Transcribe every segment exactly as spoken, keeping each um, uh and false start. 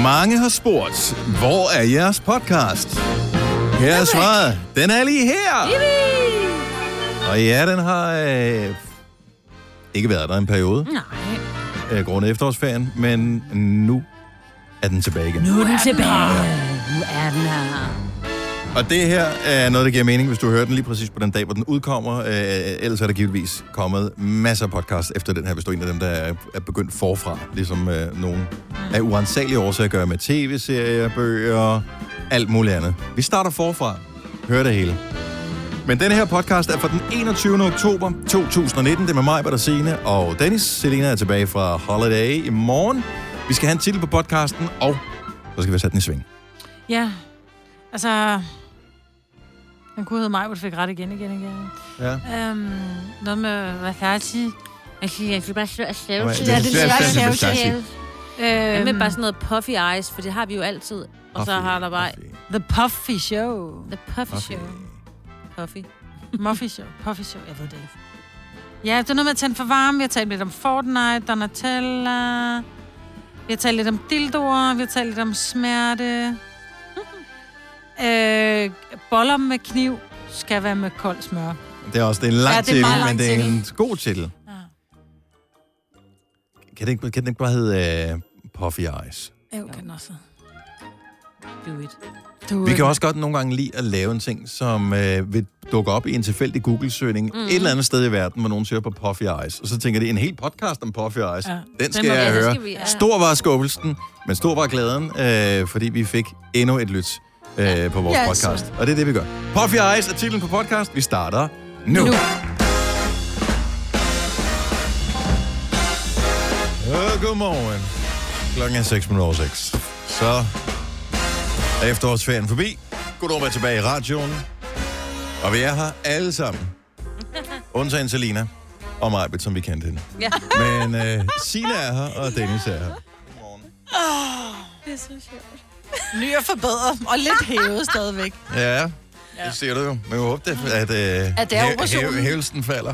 Mange har spurgt, hvor er jeres podcast? Her er svaret. Den er lige her. Og ja, den har øh, ikke været der en periode. Nej. Øh, grundet efterårsferien, men nu er den tilbage igen. Nu er den tilbage. Nu er den her. Og det her er noget, der giver mening, hvis du hører den lige præcis på den dag, hvor den udkommer. Øh, ellers er der givetvis kommet masser af podcast efter den her, hvis du er en af dem, der er, er begyndt forfra. Ligesom øh, nogen af uansagelige årsager at gøre med tv-serier, bøger, alt muligt andet. Vi starter forfra. Hør det hele. Men denne her podcast er fra den enogtyvende oktober to tusind nitten. Det er med mig, Bert Signe og Dennis. Selina er tilbage fra Holiday i morgen. Vi skal have en titel på podcasten, og så skal vi sætte den i sving. Ja, altså... Den kunne hedde mig, hvor du fik ret igen, igen, igen. Ja. Øhm, noget med Versace. Jeg siger, jeg skal bare slå af Ja, svævse. det er Versace. Hvad med Øhm, bare sådan noget puffy eyes, for det har vi jo altid. Og så har der bare The Puffy Show. the puffy Puffy. show. Puffy. Muffy Show. Puffy Show, jeg ved det ikke. Ja, det er noget med at tænde for varme. Vi har talt lidt om Fortnite, Donatella. Vi har talt lidt om dildoer. Vi har talt lidt om smerte. øh, boller med kniv skal være med kold smør. Det er også det er en lang Ja, det er titel, meget lang men det er titel. en god titel. Ja. Kan det ikke, kan det ikke bare hedde uh, Puffy Eyes? Jo, kan den også. Do it. Du, Vi kan også godt nogle gange lide at lave en ting, som øh, vil dukke op i en tilfældig Google-søgning mm. et eller andet sted i verden, hvor nogen søger på Puffy Eyes. Og så tænker de, en hel podcast om Puffy Eyes. Ja. Den skal Den må- jeg Ja, det høre. skal vi, ja. Stor var skuffelsen, men stor var glæden, øh, fordi vi fik endnu et lyt øh, på vores Ja, podcast. så. Og det er det, vi gør. Puffy Eyes er titlen på podcast. Vi starter nu. Nu. Øh, godmorgen. Klokken er seks minutter over seks. Så er efterårsferien forbi. Godmorgen er tilbage i radioen. Og vi er her alle sammen. Undtagen Selina og mig, som vi kendte hende. Ja. Men øh, Signe er her, og Dennis er her. Godmorgen. Det er så sjovt. Ny og forbedret, og lidt hævet stadigvæk. Ja, det siger du jo. Men jeg håber, det, at, øh, At det er hæ- operationen. hæ- hævelsen falder.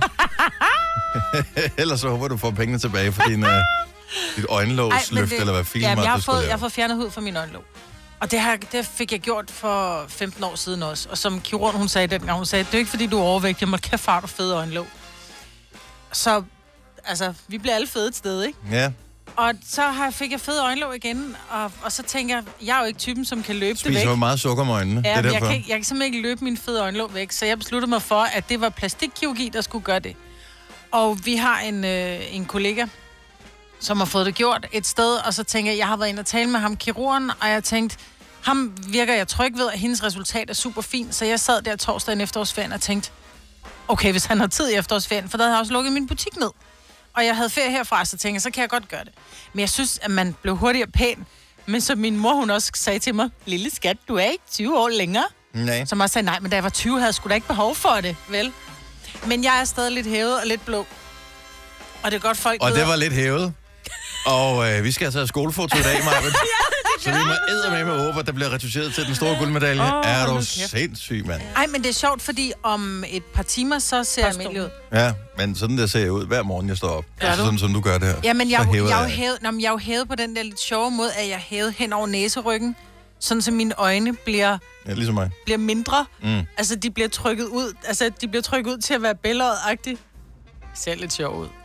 Ellers så håber du får pengene tilbage for din, øh, dit øjenlågsløft, eller hvad film jamen, jeg, har du skulle fået, lave. jeg har fået fjernet hud fra min øjenlåg. Og det, her, det fik jeg gjort for femten år siden også. Og som kirurgen, hun sagde dengang, hun sagde, det er ikke fordi, du er overvægtig, men kan far du fede øjenlåg. Så, altså, vi bliver alle fede et sted, ikke? Ja, Og så har, fik jeg fede øjenlåg igen, og, og så tænker jeg, jeg er jo ikke typen, som kan løbe det spiser væk. jo meget sukker med øjnene. Ja, det er men jeg derfor. kan, ikke- jeg kan simpelthen ikke løbe min fede øjenlåg væk, så jeg besluttede mig for, at det var plastikkirurgi, der skulle gøre det. Og vi har en, øh, en kollega, som har fået det gjort et sted, og så tænker jeg, jeg har været inde og tale med ham, kirurgen, og jeg tænkte, ham virker jeg tryg ved, og hendes resultat er super fint, så jeg sad der torsdag i efterårsferien og tænkte, okay, hvis han har tid i efterårsferien, for der havde jeg også lukket min butik ned, og jeg havde ferie herfra, så tænkte jeg, så kan jeg godt gøre det. Men jeg synes, at man blev hurtigere pæn, men som min mor, hun også sagde til mig, lille skat, du er ikke tyve år længere. Nej. Som også sagde, nej, men da jeg var tyve, havde jeg sgu da ikke behov for det, vel? Men jeg er stadig lidt hævet og lidt blå. Og det er godt, folk Og ved. det var lidt hævet. Og øh, vi skal altså have skolefoto i dag, Marvin. Så vi må eddermame med håbe, at der bliver retuscheret til den store guldmedalje. Åh, er hold du nu kæft. sindssyg, mand? Ej, men det er sjovt, fordi om et par timer, så ser jeg Påstår almindelig ud. Ja, men sådan der ser jeg ud hver morgen, jeg står op. Gør Altså du? sådan, som du gør det her. Jamen, jeg, Så jeg, hæver jeg, er jo jeg. hævet, nå, men jeg er jo hævet på den der lidt sjove måde, at jeg er hævet hen over næseryggen, sådan så mine øjne bliver, Ja, ligesom mig. bliver mindre. Mm. Altså, de bliver trykket ud. Altså, de bliver trykket ud til at være bælleragtigt. Det ser lidt sjovt ud.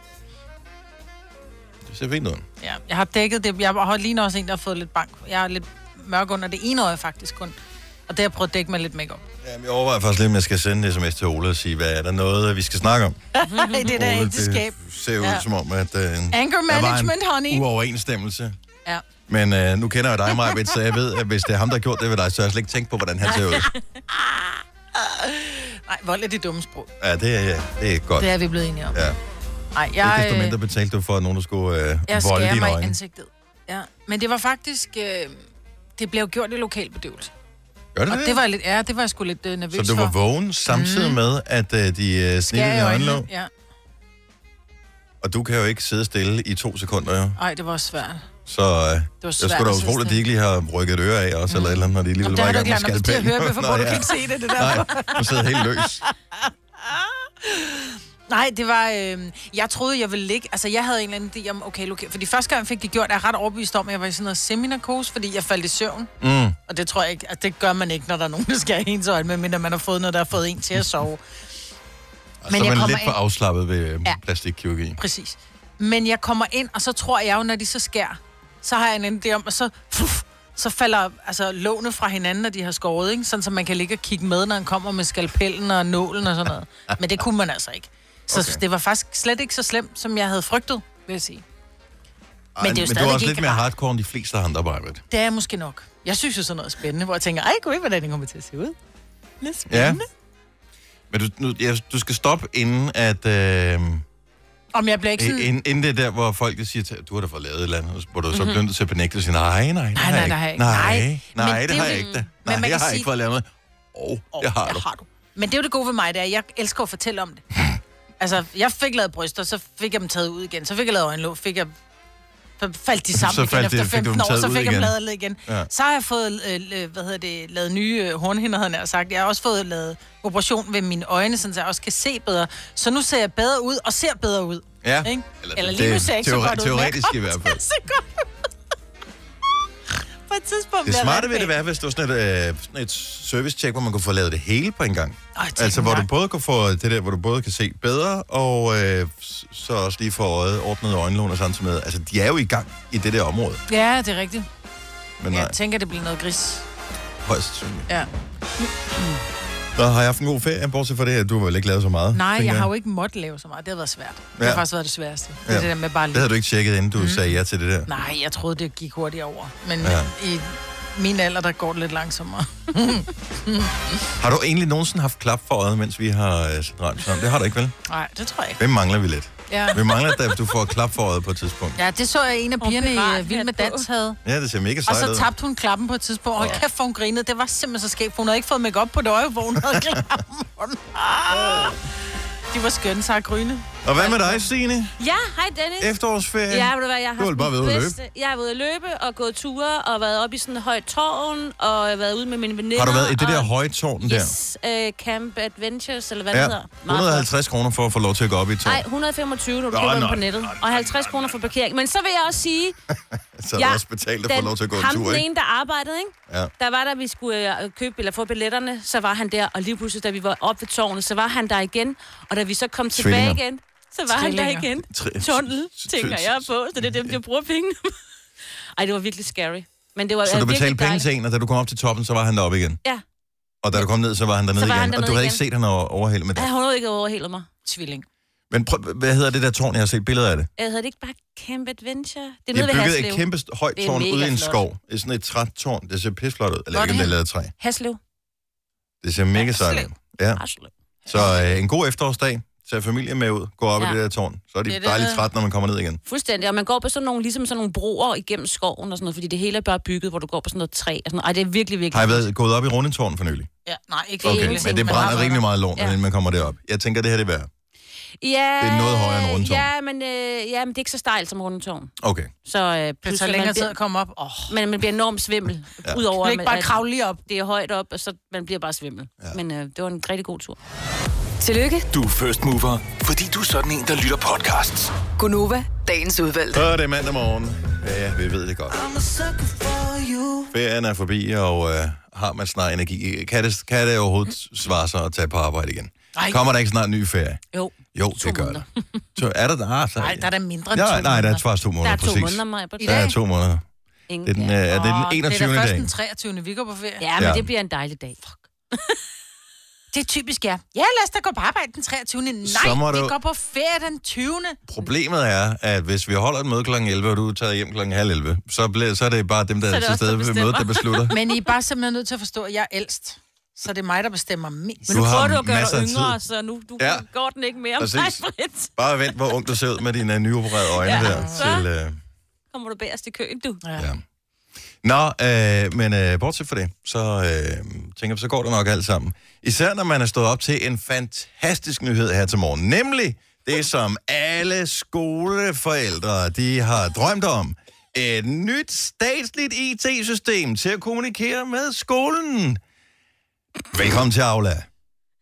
Det ser fint ud. Ja, jeg har dækket det. Jeg har lige også en, der har fået lidt bank. Jeg er lidt mørk under det ene øje faktisk kun. Og det har jeg prøvet at dække med lidt makeup. Jamen, jeg overvejer faktisk lidt, om jeg skal sende en sms til Ole og sige, hvad er der noget, vi skal snakke om? I det der Ole, ægteskab. det ser ud Ja. som om, at øh, Anger der var management, honey. en uoverensstemmelse. Ja. Men øh, nu kender jeg dig, Maja, så jeg ved, at hvis det er ham, der har gjort det ved dig, så har jeg slet ikke tænkt på, hvordan han ser ud. Nej, vold er det dumme sprog. Ja, det er, ja, det er godt. Det er vi blevet enige om. Ja. Nej, Ikke jeg, desto mindre øh, betalte du for, at nogen der skulle øh, jeg volde skærer dine mig i øjne. ansigtet. Ja. Men det var faktisk... Øh, det blev gjort i lokalbedøvelse. Gør det Og det? det var jeg lidt, ja, det var jeg sgu lidt øh, nervøs for. Så du var vågen samtidig med, at øh, de øh, snittede Skærer i dine øjnene, øjenlåg? ja. Og du kan jo ikke sidde stille i to sekunder, jo. Ej, det var også svært. Så øh, jeg svært skulle da at sidde utroligt, at de stille. ikke lige har rykket et øre af også, mm. eller et eller andet, når de alligevel Jamen, var det i har gang du med ikke lært, når vi skalpellen. skal høre, for Nå, hvor du ja. kan ikke se det, det der. Nej, du sidder helt løs. Nej, det var... Øh, jeg troede, jeg ville ligge... Altså, jeg havde en eller anden idé om, okay, okay, fordi første gang jeg fik det gjort, er jeg ret overbevist om, at jeg var i sådan noget seminarkose, fordi jeg faldt i søvn. Mm. Og det tror jeg ikke... Altså, det gør man ikke, når der er nogen, der skal have ens øjne, medmindre man har fået noget, der har fået en til at sove. Og men så er man lidt for afslappet ved ja. plastikkirurgi. Præcis. Men jeg kommer ind, og så tror jeg jo, når de så skærer, så har jeg en anden idé om, og så... Puff, så falder altså låne fra hinanden, når de har skåret, ikke? Sådan, så man kan ligge og kigge med, når han kommer med skalpellen og nålen og sådan noget. Men det kunne man altså ikke. Så okay. Det var faktisk slet ikke så slemt, som jeg havde frygtet, vil jeg sige. Ej, men det er jo men du er også lidt mere hardcore end de fleste andre arbejdet. Det er måske nok. Jeg synes jo sådan noget spændende, hvor jeg tænker, ej, gud, hvordan det kommer til at se ud. Lidt spændende. Ja. Men du, nu, ja, du skal stoppe inden, at... Øh... Om jeg bliver ikke sådan... Inden, inden det der, hvor folk siger, til, du har da fået lavet et eller andet, hvor du så mm-hmm. bliver til at benægte og sige, nej, nej, nej, nej, nej, nej, nej, nej, det har jeg ikke da. Nej, jeg har sige... ikke fået lavet noget. Åh, oh, det har jeg du. Har du. Men det er jo det gode ved mig, det er, jeg elsker at fortælle om det. Altså, jeg fik lavet bryster, så fik jeg dem taget ud igen, så fik jeg lavet øjenlåg, fik jeg... Så faldt de sammen igen efter femten år, så fik jeg dem lavet lidt igen. Ja. Så har jeg fået, øh, hvad hedder det, lavet nye øh, hornhinder, havde jeg sagt. Jeg har også fået lavet operation ved mine øjne, så jeg også kan se bedre. Så nu ser jeg bedre ud, og ser bedre ud. Ja. Ikke? Eller, Eller lige nu ser jeg ikke teori- så godt ud. Teoretisk i hvert fald. På et tidspunkt det smarte ved det være, hvis det var sådan et, øh, sådan et service-check, hvor man kunne få lavet det hele på en gang. Øj, altså, hvor du både kan få det der, hvor du både kan se bedre, og øh, så også lige få øjet, ordnet øjenlån og sådan med. Altså, de er jo i gang i det der område. Ja, det er rigtigt. Men nej. Jeg tænker, det bliver noget gris. Højst sandsynligt. Ja. Mm. Så har jeg haft en god ferie, bortset fra det, at du har vel ikke lavet så meget? Nej, jeg, jeg har jo ikke måttet lave så meget. Det har været svært. Det ja. har faktisk været det sværeste. Det, ja. det, der med bare det havde du ikke tjekket, inden du mm. sagde ja til det der? Nej, jeg troede, det gik hurtigt over. Men ja. i min alder, der går det lidt langsommere. Har du egentlig nogensinde haft klap for øjet, mens vi har uh, set radio sammen? Det har du ikke, vel? Nej, det tror jeg ikke. Hvem mangler vi lidt? Ja. Vi mangler, at du får klap for øjet på et tidspunkt. Ja, det så jeg en af pigerne i Vild med Dans havde. Ja, det ser mega sejt ud. Og så tabte hun klappen på et tidspunkt. Og kæft, hvor hun grinede. Det var simpelthen så skægt, for hun havde ikke fået make-up på det øje, hvor hun havde klappen. Ah. De var skønne, så Gryne. Og hvad med dig, Signe? Ja, hej Dennis. Efterårsferie? Ja, ved du hvad, jeg har du har bare været ude at løbe. Jeg har været ude at løbe og gået ture og været oppe i sådan et højt tårn og været ude med mine veninder. Har du været i det der høje tårn der? Yes, uh, Camp Adventures, eller hvad ja. det hedder. et hundrede og halvtreds kroner for at få lov til at gå op i et tårn. Nej, et hundrede og femogtyve, når du køber dem på nettet. Nå, og halvtreds kroner for parkering. Men så vil jeg også sige... så har du også betalt at få lov til at gå en tur, ikke? Ham den ene, der arbejdede, ikke? Ja. Der var der, vi skulle købe eller få billetterne, så var han der. Og lige pludselig, da vi var oppe ved tårnet, så var han der igen. Og da vi så kom tilbage igen, så var han der igen. Tunnel, tænker jeg på. Så det er dem, der bruger penge. Ej, det var virkelig scary. Men det var så du betalte penge til en, og da du kom op til toppen, så var han deroppe igen? Ja. Og da du kom ned, så var han dernede igen? Og du havde ikke set, han overhældet med det? Ja, han havde ikke overhældet mig. Tvilling. Men prøv, hvad hedder det der tårn, jeg har set billeder af det? Jeg hedder det ikke bare Camp Adventure? Det er nede ved Haslev. Jeg byggede et kæmpe højt tårn ude i en skov. Det er sådan et træt tårn. Det ser pisseflot ud. Eller ikke, om det er lavet træ. Haslev. Det ser mega sejt ud. Ja. Så øh, en god efterårsdag. Tag familien med ud. Gå op ja. i det der tårn. Så er de det dejligt træt, når man kommer ned igen. Fuldstændig. Og man går på sådan nogle, ligesom sådan nogle broer igennem skoven og sådan noget, fordi det hele er bare bygget, hvor du går på sådan noget træ. Og sådan. Ej, det er virkelig, virkelig... Har jeg været gået op i Rundetårn for nylig? Ja, nej, ikke okay, men det brænder rimelig meget lån, ja. inden man kommer derop. Jeg tænker, det her det er værd. Ja, det er noget højere end Rundetårn. Ja, men, øh, ja, men det er ikke så stejlt som Rundetårn. Okay. Så øh, det tager længere tid at komme op. Oh. Men man bliver enormt svimmel. ja. Udover, du ikke bare kravle lige op. Det er højt op, og så man bliver bare svimmel. Ja. Men øh, det var en rigtig god tur. Tillykke. Du er first mover, fordi du er sådan en, der lytter podcasts. Gunova, dagens udvalgte. Så er det mandag morgen. Ja, vi ved det godt. Ferien er forbi, og øh, har man snart energi. Kan det, kan det overhovedet svare sig at tage på arbejde igen? Ej. Kommer der ikke snart en ny ferie? Jo. Jo, det gør det. Så er der der? Ah, så, nej, der er der mindre end ja, to nej, måneder. der er faktisk to måneder, præcis. Der er to præcis. måneder, mig. Der er to måneder. Ingen, det er den, øh, er det den enogtyvende dag? Det er da først den treogtyvende vi går på ferie. Ja, men ja. det bliver en dejlig dag. Fuck. Det er typisk, ja. Ja, lad os da gå på arbejde den treogtyvende Nej, vi du... går på ferie den tyvende Problemet er, at hvis vi holder et møde klokken elleve, og du er taget hjem klokken halv elleve, så, bliver, så er det bare dem, der er til stede ved mødet, der beslutter. Men I er bare simpelthen nødt til at forstå, at jeg er ældst. Så det er mig, der bestemmer mest. Men nu prøver du at gøre dig yngre, så nu du ja. går den ikke mere om mig, Fritz. Bare vent, hvor ung du ser ud med dine nyopererede øjne ja. der. Så til, uh... kommer du bagerst i køen, du. Ja. ja. Nå, øh, men øh, bortset fra det, så øh, tænker jeg, så går det nok alt sammen. Især når man er stået op til en fantastisk nyhed her til morgen. Nemlig det, som alle skoleforældre, de har drømt om. Et nyt statsligt I T-system til at kommunikere med skolen. Velkommen til Aula.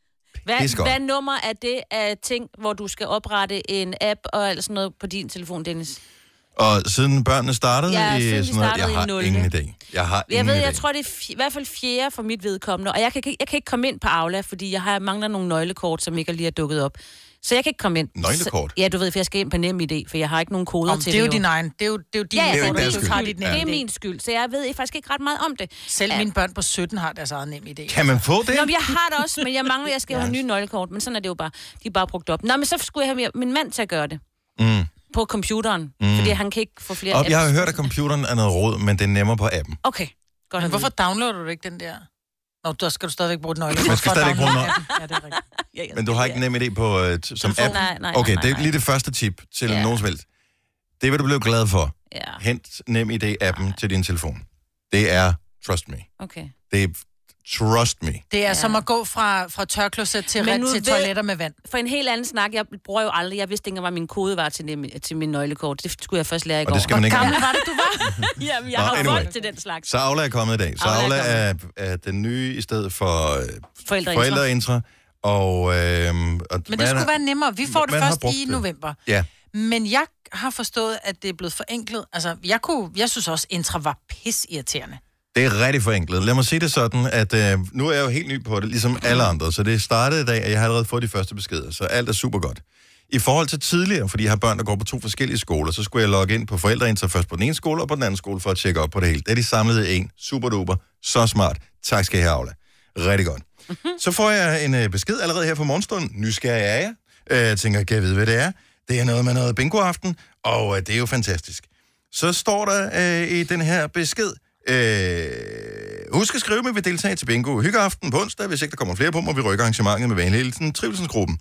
Hvad, hvad nummer er det af ting, hvor du skal oprette en app og alt sådan noget på din telefon, Dennis? Og siden børnene startede ja, i siden sådan noget, jeg har ingen idé. Jeg har jeg ingen ved, idé. Jeg tror, det er f- i hvert fald fjerde for mit vedkommende, og jeg kan, jeg kan ikke komme ind på Aula, fordi jeg har mangler nogle nøglekort, som ikke lige er dukket op. Så jeg kan ikke komme ind. Nøglekort? Så, ja, du ved, for jeg skal ind på NemID, for jeg har ikke nogen koder Om, til det. Det er jo din egen. Det er jo, det er jo din ja, ja, det er jo det, deres er skyld. min skyld. Det er min skyld, så jeg ved faktisk ikke ret meget om det. Selv ja. mine børn på sytten har deres eget NemID. Kan man få det? Nå, jeg har det også, men jeg mangler, jeg skal jo have nye nøglekort, men sådan er det jo bare. De er bare brugt op. Nå, men så skulle jeg have min mand til at gøre det. Mm. På computeren, mm. fordi han kan ikke få flere og apps. Jeg har hørt, at computeren er noget råd, men det er nemmere på appen. Okay, godt. Men hvorfor downloader du ikke den der? Nå, der skal du stadigvæk bruge et nøglekort. Man skal stadigvæk bruge nøgle. Ja, det er rigtigt. ja, men du har ikke NemID på uh, som app? Nej, nej, okay, nej, nej, det er lige det første tip til ja. nogens vælt. Det vil du blive glad for. Ja. Hent NemID-appen nej. til din telefon. Det er trust me. Okay. Det er trust me. Det er ja. som at gå fra, fra tørkloset til, ret, til ved, toiletter med vand. For en helt anden snak, jeg bruger jo aldrig, jeg vidste ikke, hvad min kode var til, nem, til min nøglekort. Det skulle jeg først lære i går. Og det skal man ikke. Hvor gammel var det, du var? Jamen, jeg Nå, har jo anyway. til den slags. Så Aula er kommet i dag. Så Aula, Aula er, er den nye i stedet for øh, forældreintra. forældreintra. Og, øh, og Men det skulle være nemmere. Vi får det først i det. november. Ja. Men jeg har forstået, at det er blevet forenklet. Altså, jeg, kunne, jeg synes også, at intra var pisirriterende. Det er rigtig forenklet. Lad mig sige det sådan, at øh, nu er jeg jo helt ny på det, ligesom alle andre. Så det startede i dag, og jeg har allerede fået de første beskeder. Så alt er super godt. I forhold til tidligere, fordi jeg har børn, der går på to forskellige skoler, så skulle jeg logge ind på forældreintra først på den ene skole og på den anden skole for at tjekke op på det hele. Det er de samlede en. Super duper. Så smart. Tak skal I have, Aula. Rigtig godt. Så får jeg en øh, besked allerede her på morgenstunden. Nysgerrig er jeg. Øh, jeg tænker, kan jeg vide, hvad det er? Det er noget med noget bingo-aften, og øh, det er jo fantastisk. Så står der øh, i den her besked, øh, husk at skrive med, vi deltager til bingo hyggeaften på onsdag. Hvis ikke der kommer flere på, må vi rykke arrangementet med vanhældelsen trivselsgruppen.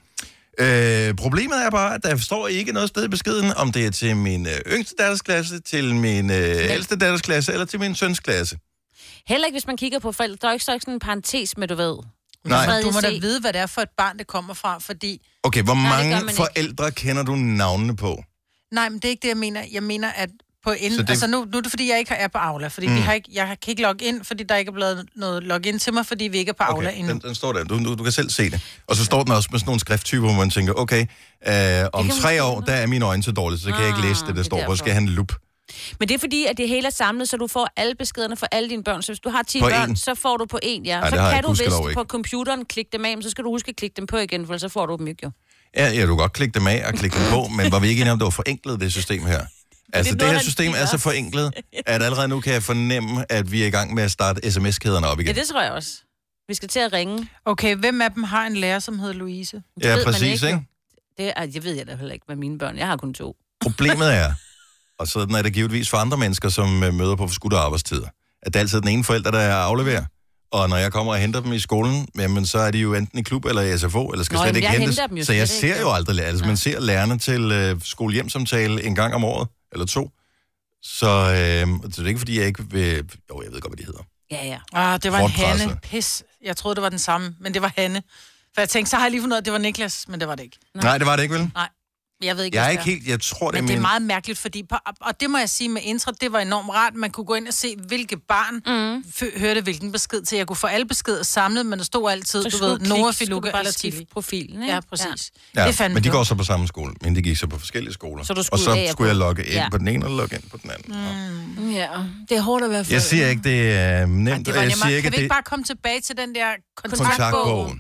Øh, problemet er bare, at der står ikke noget sted i beskeden, om det er til min øh, yngste dattersklasse, til min øh, ældste dattersklasse eller til min søns klasse. Heller ikke, hvis man kigger på forældre. Der er ikke så ikke sådan en parentes med, du ved. Nej. Du må da vide, hvad det er for et barn, det kommer fra, fordi... Okay, hvor Nej, mange forældre ikke. kender du navnene på? Nej, men det er ikke det, jeg mener. Jeg mener, at på inden... det... Altså nu, nu er det, fordi jeg ikke er på Aula, fordi mm. vi har ikke, jeg kan ikke logge ind, fordi der ikke er blevet noget login til mig, fordi vi ikke er på okay, Aula endnu. Den, den står der. Du, du, du kan selv se det. Og så står den også med sådan nogle skrifttyper, hvor man tænker, okay, øh, om tre år, der er mine øjne så dårlige, så ah, kan jeg ikke læse det, der det står. Hvor skal jeg have en lup? Men det er fordi, at det hele er samlet, så du får alle beskederne for alle dine børn. Så hvis du har ti på børn, en. så får du på en, ja. Ej, så kan du vist ikke. på computeren klikke dem af, men så skal du huske at klikke dem på igen, for så får du dem ikke jo. Ja, ja, du kan godt klikke dem af og klikke dem på, men var vi ikke enige om, det var forenklet, det system her? Altså, det, det her system er så forenklet, at allerede nu kan jeg fornemme, at vi er i gang med at starte sms-kæderne op igen. Ja, det tror jeg også. Vi skal til at ringe. Okay, hvem af dem har en lærer, som hedder Louise? Det ja, ved præcis, ikke? ikke? Det er, jeg ved jeg da heller ikke med mine børn. Jeg har kun to. Problemet er, og sådan er det givetvis for andre mennesker, som møder på forskudte arbejdstider, at det er altid den ene forælder, der afleverer. Og når jeg kommer og henter dem i skolen, jamen, så er de jo enten i klub eller i S F O, eller skal Nå, slet ikke hentes. Jo, så jeg ser jo aldrig, altså man ser lærerne til øh, skolehjemsamtale en gang om året, eller to. Så, øh, så det er ikke, fordi jeg ikke vil... Jo, jeg ved godt, hvad de hedder. Ja, ja. Ah, det var en Hanne. Pis. Jeg troede, det var den samme, men det var Hanne. For jeg tænkte, så har jeg lige fundet ud af, at det var Niklas, men det var det ikke. Nej, Nej det var det ikke, vel? Nej. Jeg ved ikke, jeg er ikke helt, jeg tror, det er Men det er min... meget mærkeligt, fordi, på, og det må jeg sige med intra, det var enormt rart, man kunne gå ind og se, hvilke barn mm. f- hørte hvilken besked til. Jeg kunne få alle beskeder samlet, men der stod altid, så du ved, Nora, Filuka eller Tilly. Profilen, ikke? Ja, præcis. Ja, det men de går så på samme skole, men de gik så på forskellige skoler. Så og så skulle jeg logge ind ja. på den ene, eller logge ind på den anden. Mm. Ja, det er hårdt at være for. Jeg siger ikke, det er nemt. Ja, det var jeg siger ikke, kan vi det... ikke bare komme tilbage til den der kontaktbog? kontaktbogen?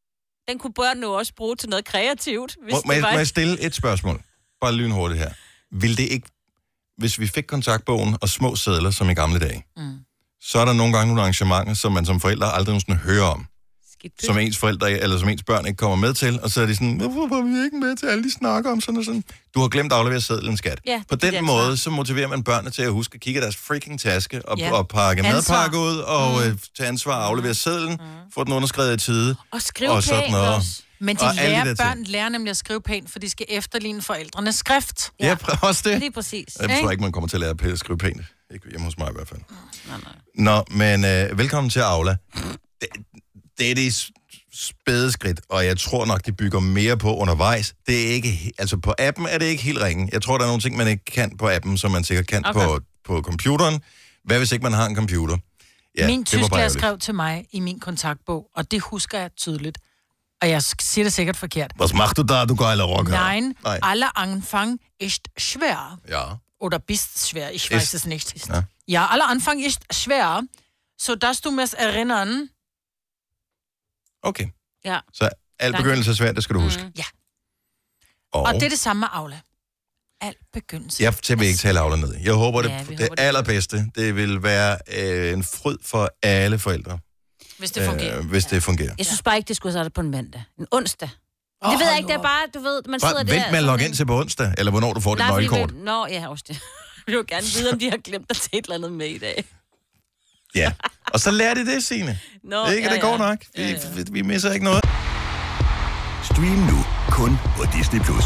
Den kunne børn nu også bruge til noget kreativt. Hvis må, det må var... jeg stille et spørgsmål? Bare lynhurtigt her. Vil det ikke, hvis vi fik kontaktbogen og små sedler, som i gamle dage, mm. så er der nogle gange nogle arrangementer, som man som forældre aldrig nogensinde hører om. Skidt. Som ens forældre, eller som ens børn ikke kommer med til, og så er de sådan, hvorfor var vi ikke med til alle de snakker om sådan og sådan? Du har glemt at aflevere sedlen, skat. Ja, på den måde, så motiverer man børnene til at huske at kigge deres freaking taske og, ja. og pakke madpakke ud, og mm. øh, tage ansvar og aflevere sedlen, mm. få den underskrevet i tide. Og skrive og sådan noget. Også. Men de lærer, de børn lærer nemlig at skrive pænt, for de skal efterligne forældrenes skrift. Ja, ja også det. Lige præcis. Jeg tror ikke, man kommer til at lære at skrive pænt. Ikke hjemme hos mig i hvert fald. Nej, nej. Nå, men øh, velkommen til Aula. Det, det er det spæde skridt, og jeg tror nok, de bygger mere på undervejs. Det er ikke, altså på appen er det ikke helt ringe. Jeg tror, der er nogle ting, man ikke kan på appen, som man sikkert kan okay. på, på computeren. Hvad hvis ikke man har en computer? Ja, min tysklærer skrev til mig i min kontaktbog, og det husker jeg tydeligt. Og jeg siger det sikkert forkert. Was machst du da, du geile Rocker? Nein, Nein. Aller Anfang ist schwer. Ja. Oder bist schwer, ich weiß ist. es nicht. Ja. ja, aller Anfang ist schwer, so dass du mich erinnern. Okay. Ja. Så al begyndelse er svært, det skal du huske. Mm. Ja. Og, og det er det samme med Aula. Al begyndelse. Jeg vil ikke tale Aula ned. Jeg håber, det, ja, det håber, allerbedste, det vil være øh, en fryd for alle forældre. Hvis det fungerer. Øh, hvis det fungerer. Jeg synes bare ikke, det skulle have det på en mandag. En onsdag. Oh, det ved jeg ikke, det er bare, du ved, man sidder bare, der... Vent med at logge ind til på onsdag, eller hvornår du får dit nøglekort. Vi, nå, ja, også det. Vi vil jo gerne vide, om de har glemt at tage et eller andet med i dag. Ja, og så lærer de det, Signe. Nå, det er ikke, ja, det går ja. nok. Vi, Ja, ja. vi misser ikke noget. Stream nu kun på Disney plus.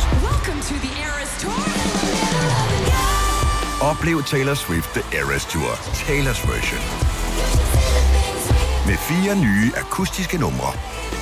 Oplev Taylor Swift The Eras Tour, Taylor's version. Med fire nye akustiske numre.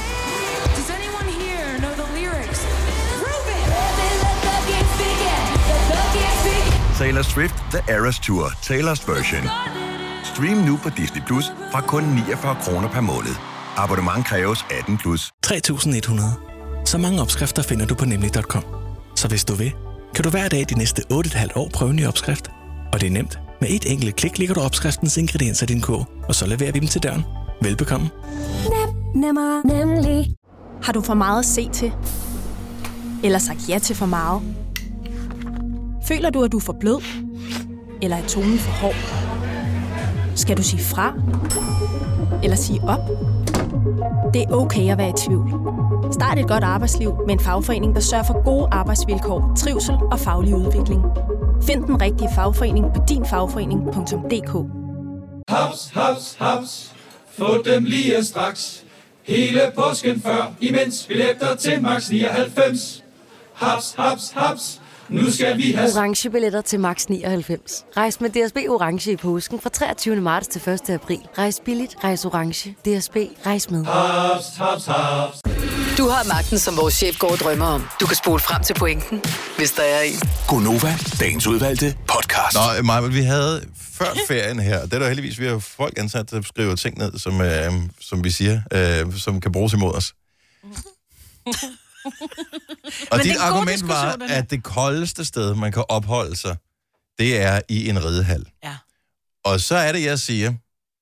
Taylor Swift The Eras Tour, Taylor's version. Stream nu på Disney plus fra kun niogfyrre kroner per måned. Abonnement kræves atten plus. tre tusind et hundrede. Så mange opskrifter finder du på nemlig punktum com. Så hvis du vil, kan du hver dag de næste otte komma fem år prøve en ny opskrift. Og det er nemt. Med et enkelt klik ligger du opskriftens ingredienser i din kog, og så leverer vi dem til døren. Velbekomme. Nem, nemmer, nemlig. Har du for meget at se til? Eller sagt ja til for meget? Føler du, at du er for blød? Eller er tonen for hård? Skal du sige fra? Eller sige op? Det er okay at være i tvivl. Start et godt arbejdsliv med en fagforening, der sørger for gode arbejdsvilkår, trivsel og faglig udvikling. Find den rigtige fagforening på din fagforening punktum d k. Haps, haps, haps. Få dem lige straks. Hele påsken før, imens billetter til max nioghalvfems. Haps, haps, haps. Nu skal vi have orange billetter til max nioghalvfems. Rejs med D S B Orange i påsken fra treogtyvende marts til første april. Rejs billigt, rejs orange. D S B, rejs med. haps, haps, haps. Du har magten, som vores chef går og drømmer om. Du kan spole frem til pointen, hvis der er en. Gonova, dagens udvalgte podcast. Nå, Maja, vi havde før ferien her, det er der heldigvis, vi har folk ansat, der skriver ting ned, som, øh, som vi siger, øh, som kan bruges imod os. Og dit argument var, at det koldeste sted, man kan opholde sig, det er i en ridehal. Ja. Og så er det, jeg siger,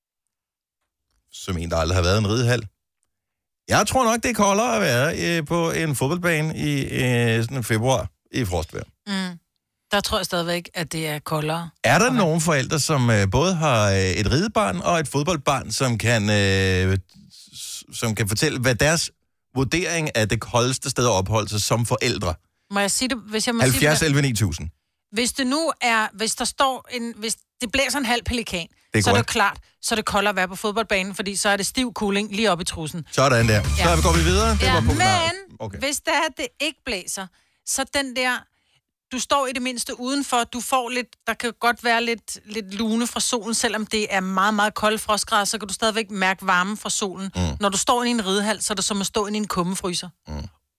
som en, der aldrig har været i en ridehal, jeg tror nok, det er koldere at være øh, på en fodboldbane i øh, sådan en februar i frostvejr. Mm. Der tror jeg stadigvæk, at det er koldere. Er der nogle forældre, som øh, både har øh, et ridebarn og et fodboldbarn, som kan, øh, som kan fortælle, hvad deres vurdering af det koldeste sted at opholde sig som forældre? Må jeg sige det, hvis jeg må halvfjerds sige det? elleve ni tusind. Hvis det nu er, hvis der står en, hvis det blæser en halv pelikan, det er så godt. er det klart, så er det koldere at være på fodboldbanen, fordi så er det stiv cooling lige op i trussen. Sådan der. Så Ja. går vi videre. Det Ja, var på men okay. hvis det er, det ikke blæser, så den der, du står i det mindste udenfor, du får lidt, der kan godt være lidt, lidt lune fra solen, selvom det er meget, meget koldt frostgrader, så kan du stadigvæk mærke varmen fra solen. Mm. Når du står i en ridehal, så er det som at stå i en kummefryser. Mm.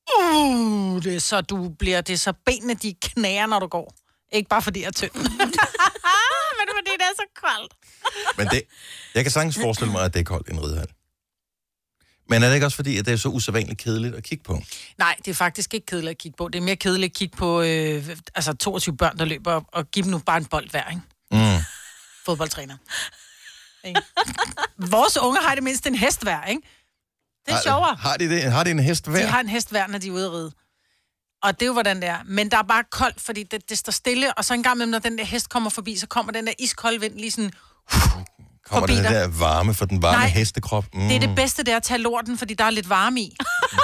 Uh, det er så, du bliver, det er så benene, de knærer, når du går. Ikke bare fordi jeg er tynd. Men fordi det er så koldt. Men det, jeg kan sagtens forestille mig, at det er koldt i en ridehal. Men er det ikke også fordi, at det er så usædvanligt kedeligt at kigge på? Nej, det er faktisk ikke kedeligt at kigge på. Det er mere kedeligt at kigge på øh, altså toogtyve børn, der løber op, og give dem nu bare en bold hver, ikke? Mm. Fodboldtræner. Ikke? Vores unge har i det mindste en hest hver, ikke? Det er har, sjovere. Har de, det? Har de en hest hver? De har en hest hver, når de er ude at ride. Og det er jo, hvordan det er. Men der er bare koldt, fordi det, det står stille, og så en gang imellem, når den der hest kommer forbi, så kommer den der iskolde vind lige sådan... Kommer den der varme for den varme Nej, hestekrop? Mm. Det er det bedste, det er at tage lorten, fordi der er lidt varme i.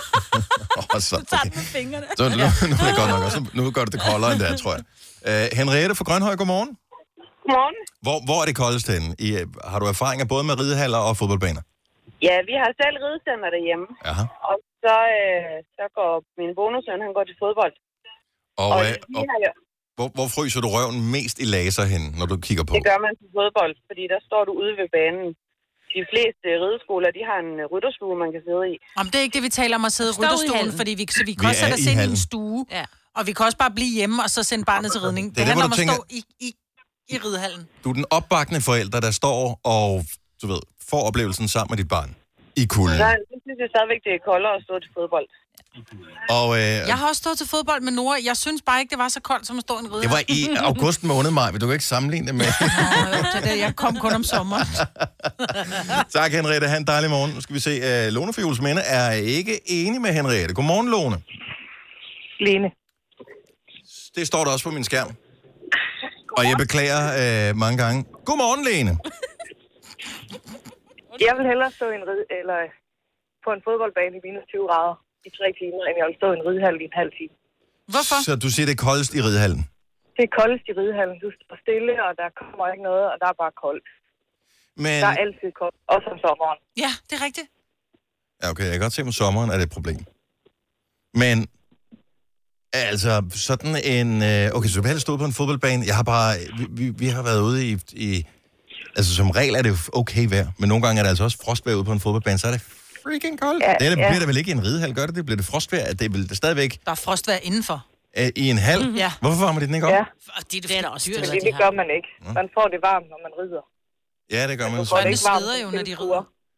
oh, så, Du tager den med fingrene. Så nu, nu er det godt nok også. Nu gør det det koldere end det her, tror jeg. Uh, Henriette fra Grønhøj, godmorgen. Godmorgen. Hvor, hvor er det koldest henne? I, har du erfaringer både med ridehaller og fodboldbaner? Ja, vi har selv ridecenter derhjemme. Aha. Og så, øh, så går min bonussøn, han går til fodbold. Og, og øh, vi og har jo, hvor, hvor fryser du røven mest i laser hen, når du kigger på? det gør man til fodbold, fordi der står du ude ved banen. De fleste rideskoler, de har en rytterstue, man kan sidde i. Om det er ikke det, vi taler om at sidde i Stå ude i rytterstolen, hallen. fordi vi, så vi kan Vi også er sætte os i ind i hallen. en stue, Ja. og vi kan også bare blive hjemme og så sende barnet til ridning. Det, det, det handler om hvor at du stå i, i, i ridehallen. Du er den opbakkende forælder, der står og, du ved, får oplevelsen sammen med dit barn. I kulden. Nej, jeg synes jeg stadigvæk, det er koldere at stå til fodbold. Og, øh, Jeg har også stået til fodbold med Nora. Jeg synes bare ikke, det var så koldt, som at stå i en ridehal. det var i august måned, Maj, men du kan ikke sammenligne det med. Nå, jo, jeg kom kun om sommeren. Tak, Henriette. Ha' en dejlig morgen. Nu skal vi se. Uh, Lone fra Juelsminde er ikke enig med Henriette. Godmorgen, Lone. Lene. Det står der også på min skærm. Og jeg beklager uh, mange gange. Godmorgen, Lene. Jeg vil hellere stå i en rid, eller på en fodboldbane i minus tyve grader i tre timer, end jeg vil stå i en ridehal i en halv time. Hvorfor? Så du siger, det er koldest i ridehallen? Det er koldest i ridehallen. Du står stille, og der kommer ikke noget, og der er bare koldt. Men... Der er altid koldt, også om sommeren. Ja, det er rigtigt. Ja, okay, jeg kan godt se, om sommeren er det et problem. Men, altså, sådan en... Øh, okay, så du vil helst stå på en fodboldbane. Jeg har bare... Vi, vi, vi har været ude i, i... Altså, som regel er det jo okay vejr, men nogle gange er der altså også frostvejr ude på en fodboldbane, så er det freaking koldt. Ja, det, er det ja. Bliver det vel ikke i en ridehal, gør det? Det bliver det frostvejr, det vil det stadigvæk... Der er frostvejr indenfor. Øh, I en hal? Mm, ja. Hvorfor varmer de den ikke op? Ja. Fordi det er da også dyrt. Fordi det gør man ikke. Man får det varmt, når man rider. Ja, det gør man. Man får det ikke varmt, jo, når de rider.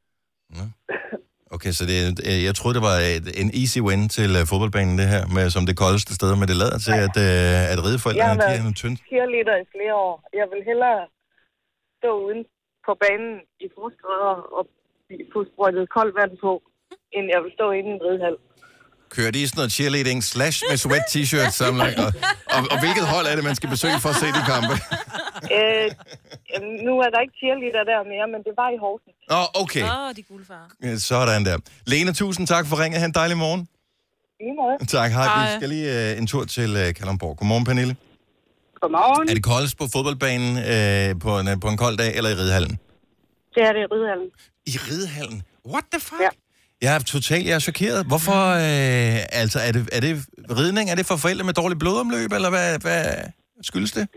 Okay, så det, jeg troede, det var et, en easy win til uh, fodboldbanen, det her, med, som det koldeste sted, men det lader til, at, uh, at rideforældrene giver nogle tyndt. Jeg har været cheerleader i flere år. Jeg vil hellere stå uden på banen i frostgrader og få sprøjtet koldt vand på, end jeg vil stå inde i en ridehal. Kører de sådan noget cheerleading slash med sweat t-shirt sammen? Og, og, og hvilket hold er det, man skal besøge for at se de kampe? øh, nu er der ikke cheerleader der mere, men det var i Horsens. Åh, oh, okay. Åh, oh, de gule far. Sådan der. Lene, tusind tak for ringet. Ha' en dejlig morgen. I måde. Tak, hej. Vi skal lige uh, en tur til uh, Kalundborg. Godmorgen, Pernille. Godmorgen. Er det koldest på fodboldbanen uh, på, en, på en kold dag, eller i ridehallen? Det er det i ridehallen. I ridehallen? What the fuck? Ja. Jeg er totalt, jeg er chokeret. Hvorfor, øh, altså, er det, er det ridning? Er det for forældre med dårligt blodomløb, eller hvad, hvad skyldes det?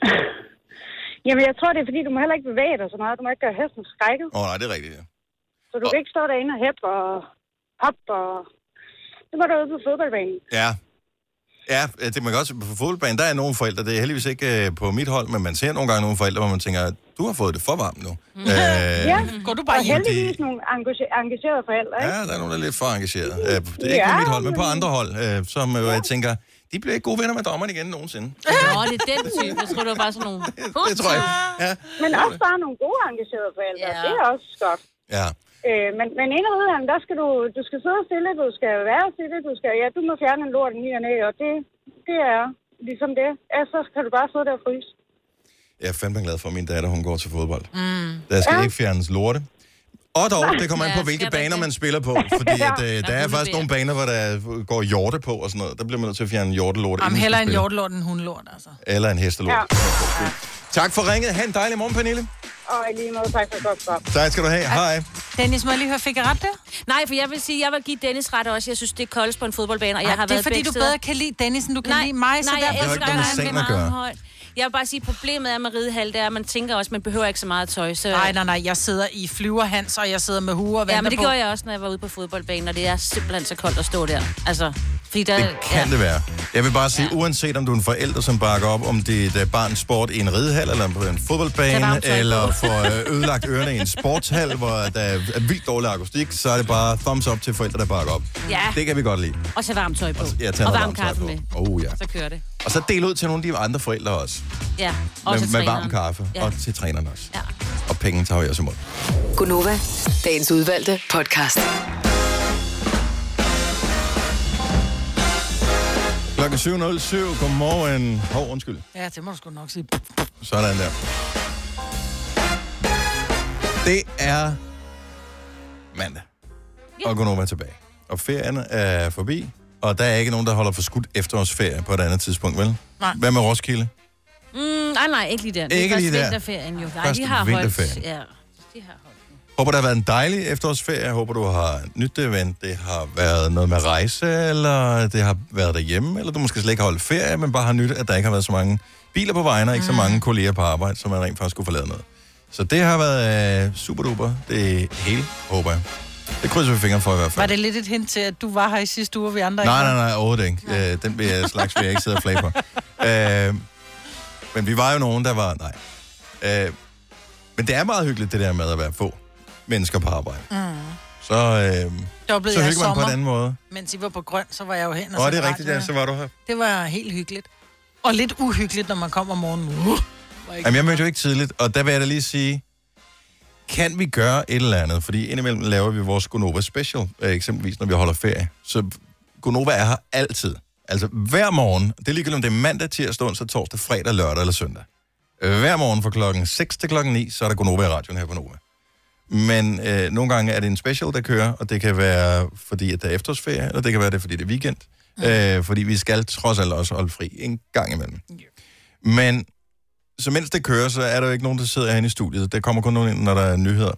Jamen, jeg tror, det er, fordi du må heller ikke bevæge dig så meget. Du må ikke gøre hesten skrækket. Åh, oh, nej, det er rigtigt, ja. Så du og... kan ikke stå derinde og hæppe og hoppe og... Det må du ude på fodboldbanen. Ja. Ja, det man kan også på fodboldbanen, der er nogle forældre, det er heldigvis ikke øh, på mit hold, men man ser nogle gange nogle forældre, hvor man tænker, du har fået det for varmt nu. Mm. Øh, ja, går du bare og heldigvis de... nogle engagerede forældre, ikke? Ja, der er nogle, der er lidt for engagerede. Øh, det er ikke ja, på mit hold, men på andre hold, øh, som øh, ja. jeg tænker, de bliver ikke gode venner med dommeren igen nogensinde. Nå, det er den type. Jeg tror, det var bare sådan nogle... det tror jeg. Ja. Men også bare nogle gode engagerede forældre. Ja. Det er også godt. Ja. Øh, men, men inde i ridderen, der skal du, du skal sidde stille, du skal være stille, du skal, ja, du må fjerne en lort i ny og næ, og det, det er ligesom det. Ja, så kan du bare sidde der og fryse. Jeg er fandme glad for, at min datter, hun går til fodbold. Mm. Der skal ja. ikke fjernes lorte. Og dog, det kommer an på, hvilke baner man spiller på. Fordi at, øh, der er faktisk nogle baner, hvor der går hjorte på og sådan noget. Der bliver man nødt til at fjerne hjortelort. Jamen heller en hjortelort end en hundelort, altså. Eller en hestelort. Ja. Ja. Tak for ringet. Ha' en dejlig morgen, Pernille. Og i lige måde, tak for et godt svar. Tak skal du have. Hej. Dennis, må jeg lige høre, fik jeg ret der? Nej, for jeg vil sige, jeg vil give Dennis ret også. Jeg synes, det er koldest på en fodboldbane, og jeg Ej, har det er været fordi, du steder. bedre kan lide Dennis, end du kan nej, lide mig. Så nej, derfor jeg elsker, at han er meget højt. Jeg vil bare sige, problemet er med ridehal, det er, at man tænker også, at man behøver ikke så meget tøj. Så... Nej, nej, nej, jeg sidder i flyverhands, og jeg sidder med huer og venter på. Ja, men det gjorde jeg også, når jeg var ude på fodboldbanen, og det er simpelthen så koldt at stå der. Altså, fordi der, det kan ja. det være. Jeg vil bare sige, ja. uanset om du er en forælder, som bakker op om dit uh, barns sport i en ridehal, eller på en fodboldbane, eller får ødelagt ørerne i en sportshal, hvor der er vildt dårlig akustik, så er det bare thumbs up til forældre, der bakker op. Ja. Det kan vi godt lide. Og tage varmt tøj på. Og, ja, og varm kaffe med. Oh, ja. Så kører det. Og så del ud til nogle af de andre forældre også. Ja, også med, med varm kaffe. Ja. Og til trænerne også. Ja. Og penge tager jeg også imod. Gonova, dagens udvalgte podcast. Klokken syv nul syv. Godmorgen. Hov, oh, undskyld. Ja, det må du sgu nok sige. Sådan der. Det er mandag. Og Gonova er tilbage. Og ferien er forbi. Og der er ikke nogen, der holder for skudt efterårsferie på et andet tidspunkt, vel? Nej. Hvad med Roskilde? Mm, nej, nej, ikke lige der. Det ikke er lige der. Vinterferien jo. Nej, først de har vinterferien. holdt. Ja, de har holdt. Håber, der har været en dejlig efterårsferie. Jeg håber, du har nyt det event. Det har været noget med rejse, eller det har været derhjemme, eller du måske slet ikke har holdt ferie, men bare har nyt, at der ikke har været så mange biler på vejen, og ikke mm. så mange kolleger på arbejde, så man rent faktisk skulle få lavet noget. Så det har været uh, super duper. Det hele, håber jeg. Det krydser vi fingre for i hvert fald. Var det lidt et hint til, at du var her i sidste uge, og vi andre nej, ikke? Nej, nej, overhovedet ikke. Nej. Uh, den vil jeg, slags vil jeg ikke sidde og flage på. Uh, men vi var jo nogen, der var... Nej. Uh, men det er meget hyggeligt, det der med at være få mennesker på arbejde. Mm. Så, øh, Dobbelt så jeg hygger man på en anden måde. Mens I var på grøn, så var jeg jo hen og Åh, så det er rigtigt, ja, så var du her. Det var helt hyggeligt. Og lidt uhyggeligt, når man kommer om morgenen. Uh, Jamen, jeg mødte jo ikke tidligt, og der vil jeg da lige sige, kan vi gøre et eller andet? Fordi indimellem laver vi vores Gonova Special, øh, eksempelvis når vi holder ferie. Så Gonova er her altid. Altså hver morgen, det er ligegyldigt om det er mandag, tirsdag, onsdag, torsdag, fredag, lørdag eller søndag. Hver morgen fra klokken seks til klokken ni, så er der Gonova i radioen her på Nova. Men øh, nogle gange er det en special, der kører, og det kan være, fordi at der er efterårsferie, eller det kan være, det, fordi det er weekend. Mm. Øh, fordi vi skal trods alt også holde fri en gang imellem. Yeah. Men så mens det kører, så er der jo ikke nogen, der sidder herinde i studiet. Der kommer kun nogen ind, når der er nyheder.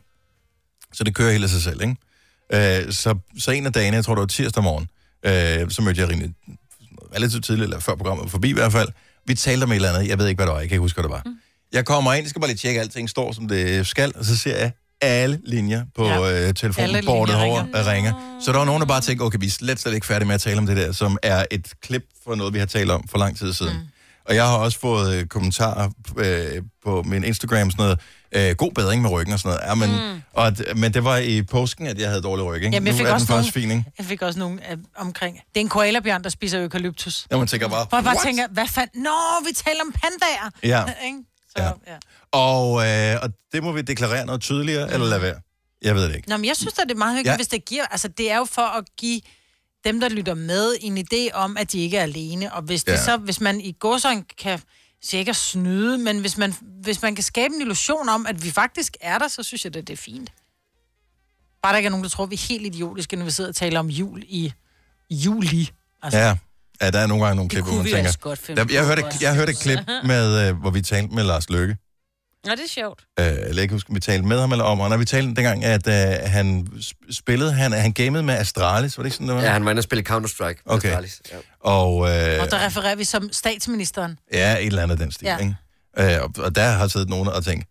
Så det kører hele sig selv, ikke? Øh, så, så en af dagene, jeg tror det var tirsdag morgen, øh, så mødte jeg rimelig relativt tidligt, eller før programmet var forbi i hvert fald. Vi talte om et eller andet, jeg ved ikke, hvad det var, jeg kan ikke huske, hvad det var. Mm. Jeg kommer ind, jeg skal bare lige tjekke, at alting står, som det skal, og så ser jeg alle linjer på ja. øh, telefonbordet herovre og ringer. Så der var nogen, der bare tænkte, okay, vi er slet, slet ikke færdige med at tale om det der, som er et klip for noget, vi har talt om for lang tid siden. Mm. Og jeg har også fået øh, kommentarer øh, på min Instagram, sådan noget, øh, god bedring med ryggen og sådan noget. Ja, men, mm. og, men det var i påsken, at jeg havde dårlig ryg, ikke? Jamen, jeg fik nu er også den faktisk nogle, fin, ikke? Jeg fik også nogle øh, omkring. Det er en koalabjørn, der spiser eukalyptus. Ja, man tænker bare, hvor jeg bare what? tænker, hvad fanden? Nå, vi taler om pandaer. Ja. Så, ja. ja. Og, øh, og det må vi deklarere noget tydeligere, mm. eller lade være. Jeg ved det ikke. Nå, men jeg synes, at det er meget hyggeligt, ja. hvis det giver... Altså, det er jo for at give dem, der lytter med, en idé om, at de ikke er alene. Og hvis, det ja. så, hvis man i gåsøjne kan... Så ikke at snyde, men hvis man, hvis man kan skabe en illusion om, at vi faktisk er der, så synes jeg, at det er fint. Bare der ikke er nogen, der tror, vi er helt idiotiske, når vi sidder og taler om jul i juli. Altså. Ja. Ja, der er nogle gange nogle klip, hvor man tænker... Godt der, jeg, hørte, jeg hørte et klip, med, øh, hvor vi talte med Lars Løkke. Nå, det er sjovt. Øh, eller ikke huske, om vi talte med ham eller om, og når vi talte dengang, at øh, han spillede, han, han gamede med Astralis, var det ikke sådan, det var? Ja, han var inde og spille Counter-Strike med okay. Astralis. Ja. Og, øh, og der refererer vi som statsministeren. Ja, et eller andet den stil, ja. Ikke? Øh, og, og der har siddet nogen og tænkt,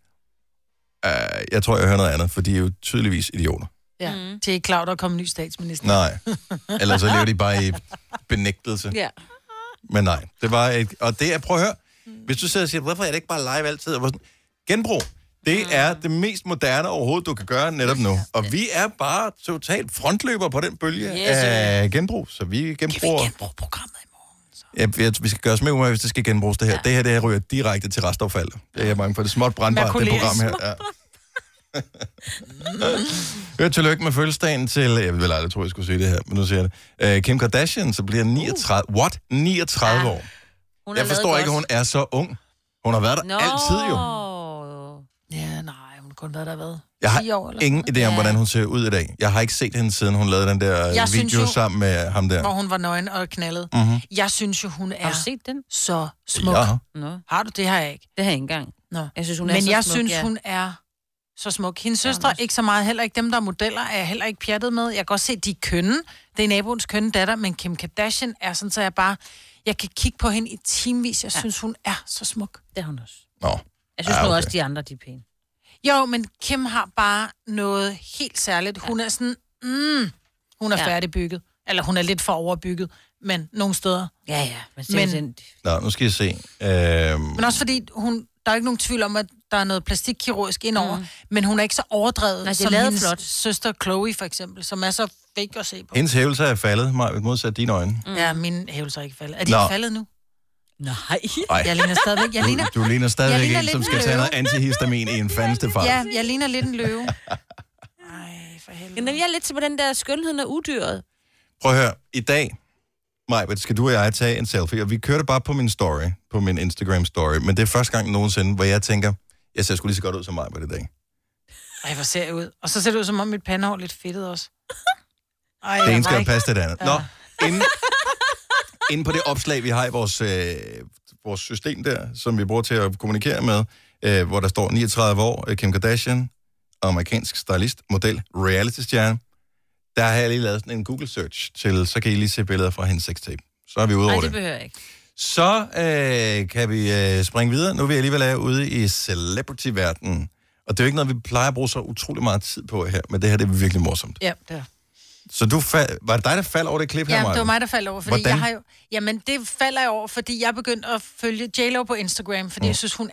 øh, jeg tror, jeg hører noget andet, for de er jo tydeligvis idioter. Ja, mm. de er ikke klar, der er kommet ny statsminister. Nej, ellers så lever de bare i benægtelse. Ja. Men nej, det var et, og det er, prøv at høre, hvis du sidder og siger, hvorfor er det ikke bare live altid? Og sådan, genbrug, det er det mest moderne overhovedet, du kan gøre netop nu. Og vi er bare totalt frontløber på den bølge yes, af genbrug, så vi genbruger... Kan vi genbruge programmet i morgen? Så? Ja, vi, vi skal gøre os med umage, hvis det skal genbruges det her. Ja. Det her, det her ryger direkte til restaffald. Det er mange for det småt brandbart, det program her. Ja. Hør tillykke med fødselsdagen til, jeg vil aldrig tro, jeg skulle sige det her, men nu siger jeg det. Uh, Kim Kardashian, så bliver niogtredive, uh. what? niogtredive ja. år. Jeg forstår ikke, at hun er så ung. Hun har været der no. altid jo. Ja, nej, hun har kun været der hvad? Jeg har år, eller ingen idé om, ja. hvordan hun ser ud i dag. Jeg har ikke set hende, siden hun lavede den der jeg video jo, sammen med ham der. Hvor hun var nøgen og knaldet. Mm-hmm. Jeg synes jo, hun er har du set den? så smuk. Ja. Nå. Har du? Det har jeg ikke. Det har jeg ikke engang. Nå. Jeg synes, hun er Men så jeg smuk, synes, ja. hun er så smuk. Hendes søstre ja, ikke så meget, heller ikke dem, der er modeller, er jeg heller ikke pjattet med. Jeg kan godt se, de er kønne. Det er naboens kønne datter, men Kim Kardashian er sådan, så jeg bare... Jeg kan kigge på hende i timevis. Jeg ja. synes, hun er så smuk. Det er hun også. Nå. Jeg synes ja, okay. nu også, de andre, de er pæne. Jo, men Kim har bare noget helt særligt. Hun ja. er sådan... Mm, hun er ja. færdigbygget. Eller hun er lidt for overbygget. Men nogle steder... Ja, ja. Men, men, men Nå, nu skal jeg se. Øhm... Men også fordi, hun, der er ikke nogen tvivl om, at der er noget plastikkirurgisk indover. Mm. Men hun er ikke så overdrevet, nej, som hendes flot. søster Chloe, for eksempel. Som er så fake at se på. Hendes hævelser er faldet, modsat dine øjne. Mm. Ja, mine hævelser er ikke faldet. Er de Nå. ikke faldet nu? Nej. Ej. Jeg ligner stadigvæk... Jeg ligner, du, du ligner stadigvæk ligner en, som skal tage noget antihistamin i en fandeste fart. Ja, jeg ligner lidt en løve. Ej, for helvede. Men jeg er lidt til på den der skønheden af udyret. Prøv at høre. I dag, Majbert, skal du og jeg tage en selfie, og vi kører det bare på min story, på min Instagram-story, men det er første gang nogensinde, hvor jeg tænker, jeg ser sgu lige så godt ud som Majbert i dag. Ej, hvor ser jeg ud. Og så ser det ud, som om mit pandehår er lidt fedtet også. Ej, det ene skal ikke... passe til det andet. Ja. Nå, inden, inden på det opslag, vi har i vores, øh, vores system der, som vi bruger til at kommunikere med, øh, hvor der står niogtredive år, øh, Kim Kardashian, amerikansk stylist, model, reality-stjerne. Der har jeg lige lavet sådan en Google-search til, så kan I lige se billeder fra hendes sextape. Så er vi ude over det. Nej, det behøver jeg ikke. Så øh, kan vi øh, springe videre. Nu vil jeg alligevel være ude i celebrity-verdenen. Og det er jo ikke noget, vi plejer at bruge så utrolig meget tid på her, men det her det er virkelig morsomt. Ja, det er. Så du fa- var det dig, der faldt over det klip her, Ja, Maja? det var mig, der faldt over, fordi Hvordan? jeg har jo... Jamen, det falder jeg over, fordi jeg begyndte at følge J-Lo på Instagram, fordi mm. jeg synes, hun er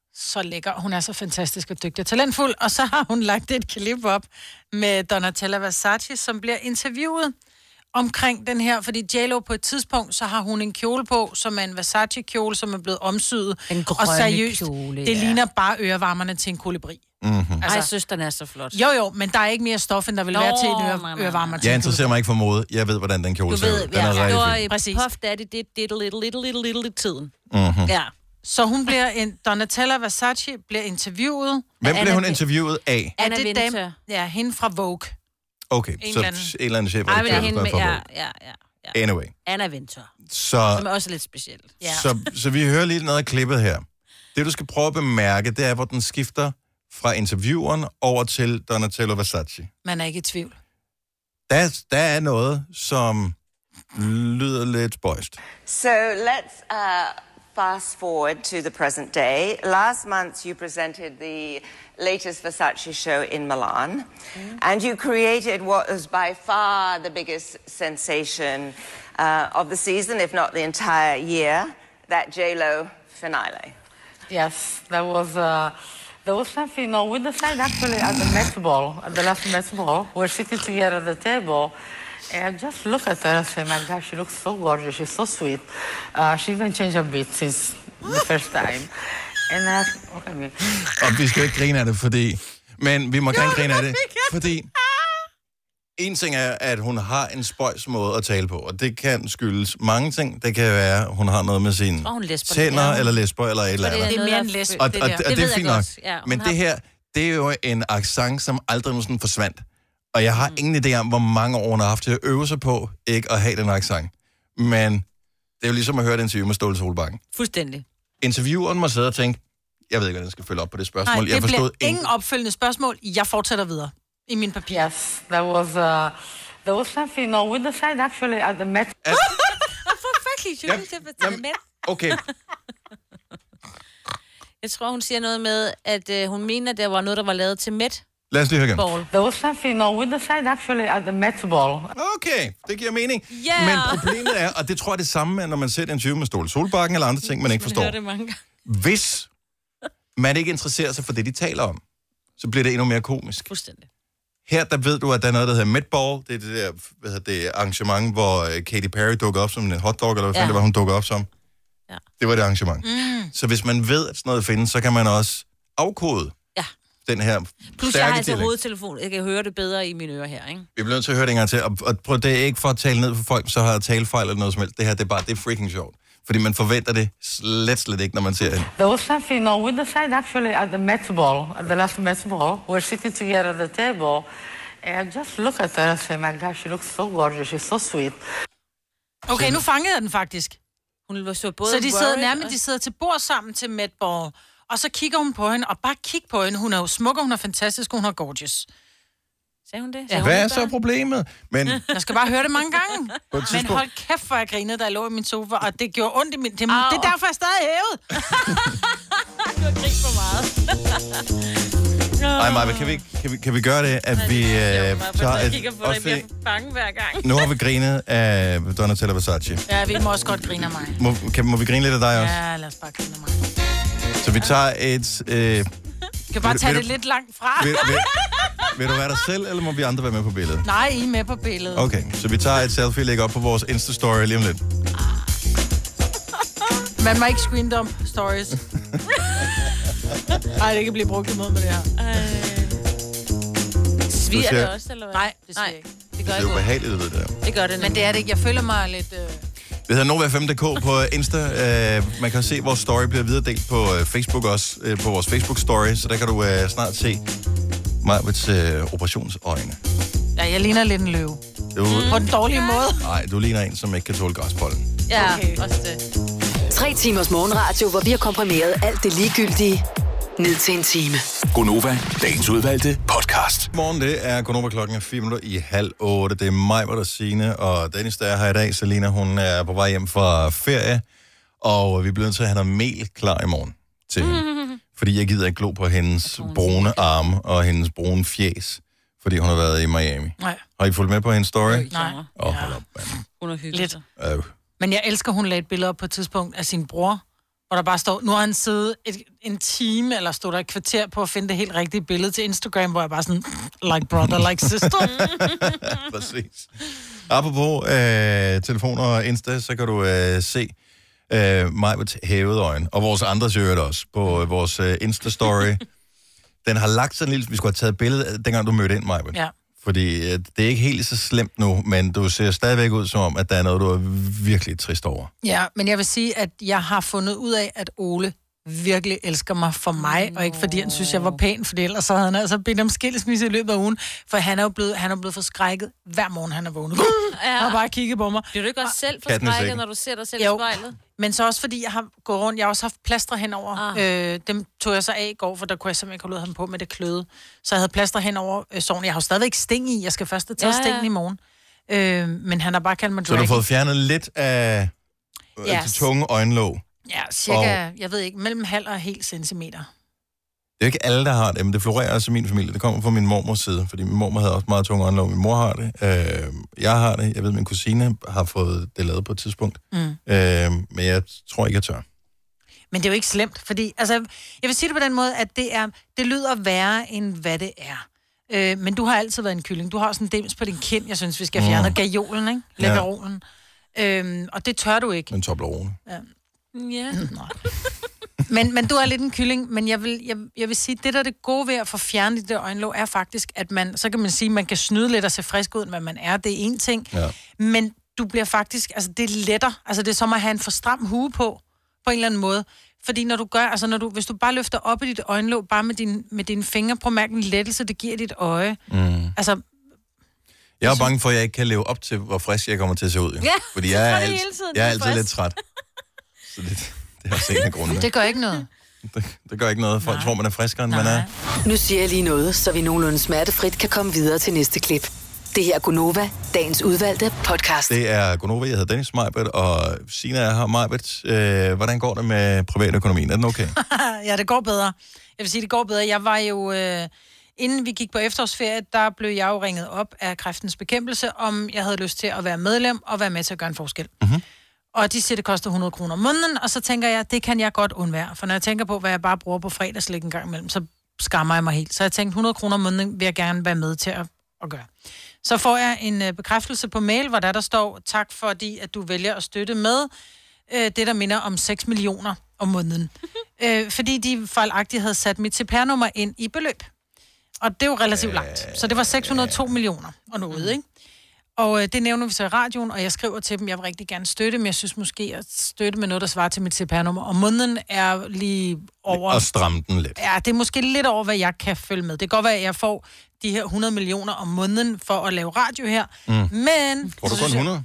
så lækker. Hun er så fantastisk og dygtig og talentfuld. Og så har hun lagt et klip op med Donatella Versace, som bliver interviewet omkring den her, fordi J Lo på et tidspunkt, så har hun en kjole på, som er en Versace-kjole, som er blevet omsyet. En og seriøst, kjole, det ja. ligner bare ørevarmerne til en kolibri. Mm-hmm. Altså, Ej, jeg synes, den er så flot. Jo, jo, men der er ikke mere stof, end der vil Nå, være til en øre, ørevarmer. Jeg interesserer mig ikke for mode. Jeg ved, hvordan den kjole ser ud. Den er rigtig fin. Præcis. Puff Daddy, det er little, little, little, little, little, little tiden. Mm-hmm. Ja. Så hun bliver en... Donatella Versace bliver interviewet. Hvem bliver hun interviewet af? Anna Wintour. Ja, hende fra Vogue. Okay, en så eller en eller anden chef. Ej, men hende med... Ja, ja, ja. Anyway. Anna Wintour. Så, som er også lidt specielt. Ja. Så, så vi hører lige noget af klippet her. Det, du skal prøve at bemærke, det er, hvor den skifter fra intervieweren over til Donatella Versace. Man er ikke i tvivl. Der, der er noget, som lyder lidt spøjst. So let's uh, fast forward to the present day. Last month you presented the latest Versace show in Milan, mm. and you created what was by far the biggest sensation uh, of the season, if not the entire year, that J Lo finale. Yes, there was uh, there was something. You know, we decided actually at the Met Ball, at the last Met Ball, we're sitting together at the table, and I just look at her and say, "My God, she looks so gorgeous. She's so sweet. Uh, she even changed a bit since the first time." And I, okay, me. Og vi skal ikke grine af det, fordi... Men vi må gerne grine af det, fordi... En ting er, at hun har en spøjs måde at tale på, og det kan skyldes mange ting. Det kan være, at hun har noget med sine tænder, eller lesber, eller et eller andet. Det er mere en lesb, og, det og, der. og, og det, det er fint nok. Ja, men har... det her, det er jo en accent, som aldrig nogensinde forsvandt. Og jeg har mm. ingen idé om, hvor mange år hun har haft til at øve sig på, ikke at have den accent. Men det er jo ligesom at høre et interview med Ståle Solbakken. Fuldstændig. Intervieweren må sidde og tænke, jeg ved ikke, hvordan jeg skal følge op på det spørgsmål. Nej, det jeg bliver ingen opfølgende spørgsmål. Jeg fortsætter videre i min papir. Yes, there was, uh, there was something, you know, we decided actually at the Met. At... Forfærdelig, ja, Met. Okay. Jeg tror, hun siger noget med, at øh, hun mener, at der var noget, der var lavet til Met. Lad os lige høre igen. Ball. There was something, you know, we decided actually at the Met Ball. Okay, det giver mening. Yeah. Men problemet er, og det tror jeg det samme, når man ser en interview med Ståle Solbakken eller andre ting, man ikke forstår. Man hører det mange gange. Hvis man ikke interesserer sig for det, de taler om, så bliver det endnu mere komisk. Fuldstændig. Her, der ved du, at der er noget, der hedder Met Ball. Det er det der hvad hedder det, arrangement, hvor Katy Perry dukker op som en hotdog, eller hvad fanden ja. det var, hun dukker op som. Ja. Det var det arrangement. Mm. Så hvis man ved, at sådan noget findes, så kan man også afkode ja. den her plus jeg har altså hovedtelefon. Jeg kan høre det bedre i mine ører her, ikke? Vi bliver nødt til at høre det en gang til. Og, og prøv, det er ikke for at tale ned for folk, så har jeg talefejl eller noget som helst. Det her, det er bare, det er freaking sjovt. Fordi man forventer det slet, slet ikke, når man ser det. There was something, no, we decided actually at the Met Ball, at the last Met Ball, we're sitting together at the table, and I just look at her and say, my God, she looks so gorgeous, she's so sweet. Okay, nu fangede jeg den faktisk. Hun var så både så de sidder nærmest, de sidder til bord sammen til Met Ball, og så kigger hun på hende, og bare kig på hende. Hun er jo smuk, og hun er fantastisk, og hun er gorgeous. Sagde hun det? Ja. Hvad er så problemet? Men... Jeg skal bare høre det mange gange. Men hold kæft, hvor jeg grinede, da jeg lå i min sofa, og det gjorde ondt i min... Det, det er derfor, jeg stadig hævet. Du har grint for meget. Ej, Maja, kan vi, kan, vi, kan vi gøre det, at vi øh, tager et... Jeg på dig, jeg bange hver gang. Nu har vi grinet af Donatella Versace. Ja, vi må også godt grine af mig. Må, kan, må vi grine lidt af dig også? Ja, lad os bare grine af mig. Så vi tager et... Øh, kan bare vil, tage vil det du, lidt langt fra. Vil, vil, vil du være dig selv, eller må vi andre være med på billedet? Nej, I er med på billedet. Okay, så vi tager et selfie, lægger op på vores Insta-story lige om lidt. Man må ikke screen dump stories. Nej, det kan blive brugt imod med det her. Sviger det også, eller hvad? Nej, det sviger ikke. Det gør det er ubehageligt, ved det. Det gør det. Men det er det ikke. Jeg føler mig lidt... Øh... Det hedder Nova fem punktum d k på Insta. Uh, man kan se, vores story bliver videredelt på uh, Facebook også, uh, på vores Facebook-story, så der kan du uh, snart se Majbrits uh, operationsøjne. Ja, jeg ligner lidt en løve. Du... På den dårlige måde. Nej, du ligner en, som ikke kan tåle græspollen. Ja, okay. Også det. Tre timers morgenradio, hvor vi har komprimeret alt det ligegyldige ned til en time. Gonova, dagens udvalgte podcast. Morgen, det er Gonova, klokken er fire minutter i halv otte. Det er mig, hvor der Signe og Dennis, der er her i dag. Selina, hun er på vej hjem fra ferie, og vi bliver nødt til at have noget mel klar i morgen til hende. Fordi jeg gider ikke glo på hendes brune arme og hendes brune fjes, fordi hun har været i Miami. Nej. Har I fulgt med på hendes story? Nej. Åh, oh, hold op, mand. Hun er hyggelig. Lidt. Øh. Men jeg elsker, hun lagde et billede op på et tidspunkt af sin bror, hvor der bare står, nu har han siddet et, en time, eller stod der et kvarter på at finde det helt rigtige billede til Instagram, hvor jeg bare sådan, like brother, like sister. Præcis. Apropos øh, telefoner og Insta, så kan du øh, se øh, mig med hævede øjne, og vores andre søger også, på øh, vores øh, Insta-story. Den har lagt sådan en lille, vi skulle have taget billede, dengang du mødte ind, Majbert. Ja. Fordi øh, det er ikke helt så slemt nu, men du ser stadigvæk ud som om, at der er noget, du er virkelig trist over. Ja, men jeg vil sige, at jeg har fundet ud af, at Ole virkelig elsker mig for mig, og ikke fordi han synes, jeg var pæn, for ellers så havde han altså bedt om skilsmisse i løbet af ugen, for han er jo blevet, han er blevet forskrækket hver morgen, han er vågnet. Ja. Han har bare kigget på mig. Bliver du ikke også selv forskrækket, når du ser dig selv jo. I spejlet? Men så også fordi, jeg har gået rundt, jeg har også haft plaster henover. Ah. Øh, dem tog jeg så af i går, for der kunne jeg simpelthen ikke holde ud af ham på med det kløde. Så jeg havde plaster henover øh, såren. Jeg har jo stadigvæk sting i, jeg skal først have taget ja, ja. stingen i morgen. Øh, men han har bare kaldt mig dragon. Så du har fået fjernet lidt af yes. det tunge øjenlåg? Ja, cirka, og jeg ved ikke, mellem halv og helt centimeter. Det er ikke alle, der har det, men det florerer også i min familie. Det kommer fra min mormors side, fordi min mormor havde også meget tunge øjenlåg. Min mor har det, øh, jeg har det, jeg ved, min kusine har fået det lavet på et tidspunkt. Mm. Øh, men jeg tror ikke, jeg tør. Men det er jo ikke slemt, fordi, altså, jeg vil sige det på den måde, at det, er, det lyder værre, end hvad det er. Øh, men du har altid været en kylling. Du har også en dims på din kind, jeg synes, vi skal fjerne. Mm. Gajolen, ikke? Leverolen. Ja. Øh, og det tør du ikke. Men Toblerone. Ja. Ja. men, men du er lidt en kylling, men jeg vil, jeg, jeg vil sige, det der er det gode ved at få fjernet det øjenlåg, er faktisk, at man, så kan man sige, man kan snyde lidt og se frisk ud, hvad man er, det er en ting, ja. Men du bliver faktisk, altså det letter, altså det er som at have en for stram hue på, på en eller anden måde, fordi når du gør, altså når du, hvis du bare løfter op i dit øjenlåg, bare med, din, med dine fingre, prøv at mærke en lettelse, det giver dit øje, mm. altså. Jeg er bange for, at jeg ikke kan leve op til, hvor frisk jeg kommer til at se ud, jo. Ja, fordi jeg er, alt, jeg er altid lidt træt. Så det, det er også en af grundene. Det gør ikke noget. Det, det gør ikke noget. Folk Nej. tror, man er friskere, end Nej. man er. Nu siger jeg lige noget, så vi nogenlunde smertefrit kan komme videre til næste klip. Det her er Gunova, dagens udvalgte podcast. Det er Gunova, jeg hedder Dennis Majbert, og Sina er her. Majbert, øh, hvordan går det med privatøkonomien? Er den okay? Ja, det går bedre. Jeg vil sige, det går bedre. Jeg var jo... Øh, inden vi gik på efterårsferie, der blev jeg jo ringet op af Kræftens Bekæmpelse, om jeg havde lyst til at være medlem og være med til at gøre en forskel. Mm-hmm. Og de siger, det koster hundrede kroner om måneden, og så tænker jeg, det kan jeg godt undvære. For når jeg tænker på, hvad jeg bare bruger på fredagslæg en gang imellem, så skammer jeg mig helt. Så jeg tænkte, hundrede kroner om måneden vil jeg gerne være med til at, at gøre. Så får jeg en øh, bekræftelse på mail, hvor der, der står, tak fordi, at du vælger at støtte med øh, det, der minder om seks millioner om måneden. øh, fordi de fejlagtigt havde sat mit C P R-nummer ind i beløb. Og det er jo relativt langt. Så det var seks hundrede og to millioner og noget, ikke? Og øh, det nævner vi så i radioen, og jeg skriver til dem, jeg vil rigtig gerne støtte, men jeg synes måske, at støtte med noget, der svarer til mit C P R-nummer. Og måneden er lige over... Og stramme den lidt. Ja, det er måske lidt over, hvad jeg kan følge med. Det kan godt være, at jeg får de her hundrede millioner om måneden for at lave radio her. Mm. Men... Får du kun hundrede?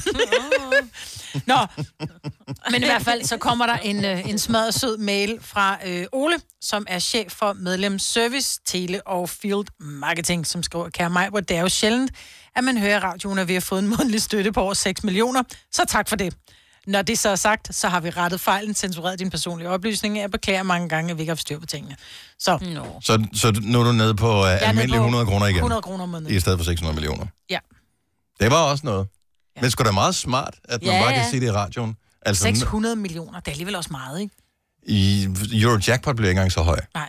Nå, men i hvert fald, så kommer der en, en smadret sød mail fra øh, Ole, som er chef for medlemsservice, tele og field marketing, som skriver, kære mig, hvor det er jo sjældent, at man hører radioen, at vi har fået en månedlig støtte på over seks millioner, så tak for det. Når det så er sagt, så har vi rettet fejlen, censureret din personlige oplysning. Jeg beklager mange gange, at vi ikke har styr på tingene. Så, no. så, så nu er du nede på uh, almindelige hundrede kroner igen? hundrede kroner om måneden. I stedet for seks hundrede millioner? Ja. Det var også noget. Ja. Men sgu da meget smart, at man ja, bare kan sige det i radioen. Altså, seks hundrede millioner, det er alligevel også meget, ikke? I Eurojackpot bliver ikke engang så høj. Nej.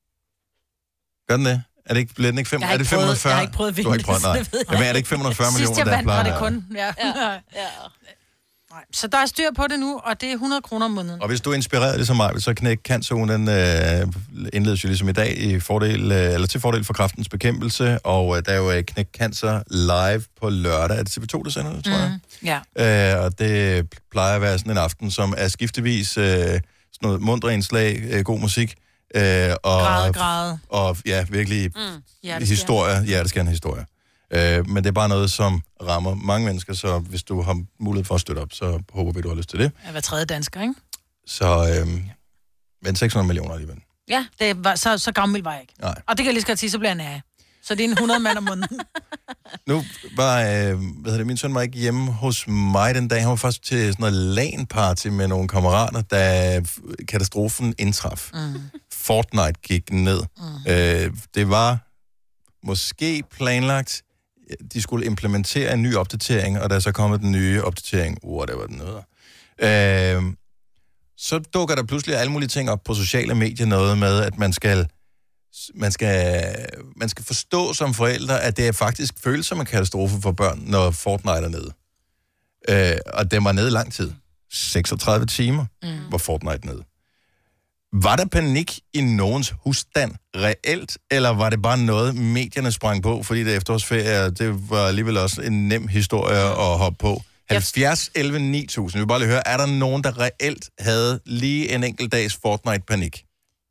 Gør den det? Er det ikke, bliver den ikke fem, jeg har ikke er det fem hundrede og fyrre? Jeg har ikke prøvet at vinde. Du har ikke prøvet, nej. Jamen, er det ikke fem hundrede og fyrre millioner, der er plejer? Sidst jeg vandt, var det kun, ja. ja. Nej. Så der er styr på det nu, og det er hundrede kroner om måneden. Og hvis du er inspireret ligesom mig, så Knæk Cancer-ugen, den øh, indledes jo ligesom i dag i fordel, øh, eller til fordel for Kræftens Bekæmpelse, og øh, der er jo øh, Knæk Cancer live på lørdag. Er det T V to, der sender det, tror jeg? Mm, ja. Øh, og det plejer at være sådan en aften, som er skiftevis øh, sådan noget mundre indslag, øh, god musik, øh, og, grad, grad. og ja, virkelig mm. historier, hjerteskærende historier. Øh, men det er bare noget, som rammer mange mennesker, så hvis du har mulighed for at støtte op, så håber vi, du har lyst til det. Jeg var tredje dansker, ikke? Så, øh, men seks hundrede millioner alligevel. Ja, det var, så, så gammel var jeg ikke. Nej. Og det kan jeg lige skal sige, så bliver jeg nær. Så det er en hundrede mand om måneden. Nu var, øh, hvad hedder det, min søn var ikke hjemme hos mig den dag. Han var først til sådan noget LAN-party med nogle kammerater, da katastrofen indtraf. Mm. Fortnite gik ned. Mm. Øh, det var måske planlagt, de skulle implementere en ny opdatering, og der er så kommet den nye opdatering, whatever den hedder, øh, så dukker der pludselig alle mulige ting op på sociale medier, noget med, at man skal, man skal, man skal forstå som forældre, at det er faktisk føles som en katastrofe for børn, når Fortnite er nede. Øh, og den var nede lang tid. seksogtredive timer mm. var Fortnite nede. Var der panik i nogens husstand reelt, eller var det bare noget, medierne sprang på, fordi det efterårsferie, det var alligevel også en nem historie at hoppe på? halvfjerds elleve ni tusind. Vi vil bare lige høre, er der nogen, der reelt havde lige en enkelt dags Fortnite-panik?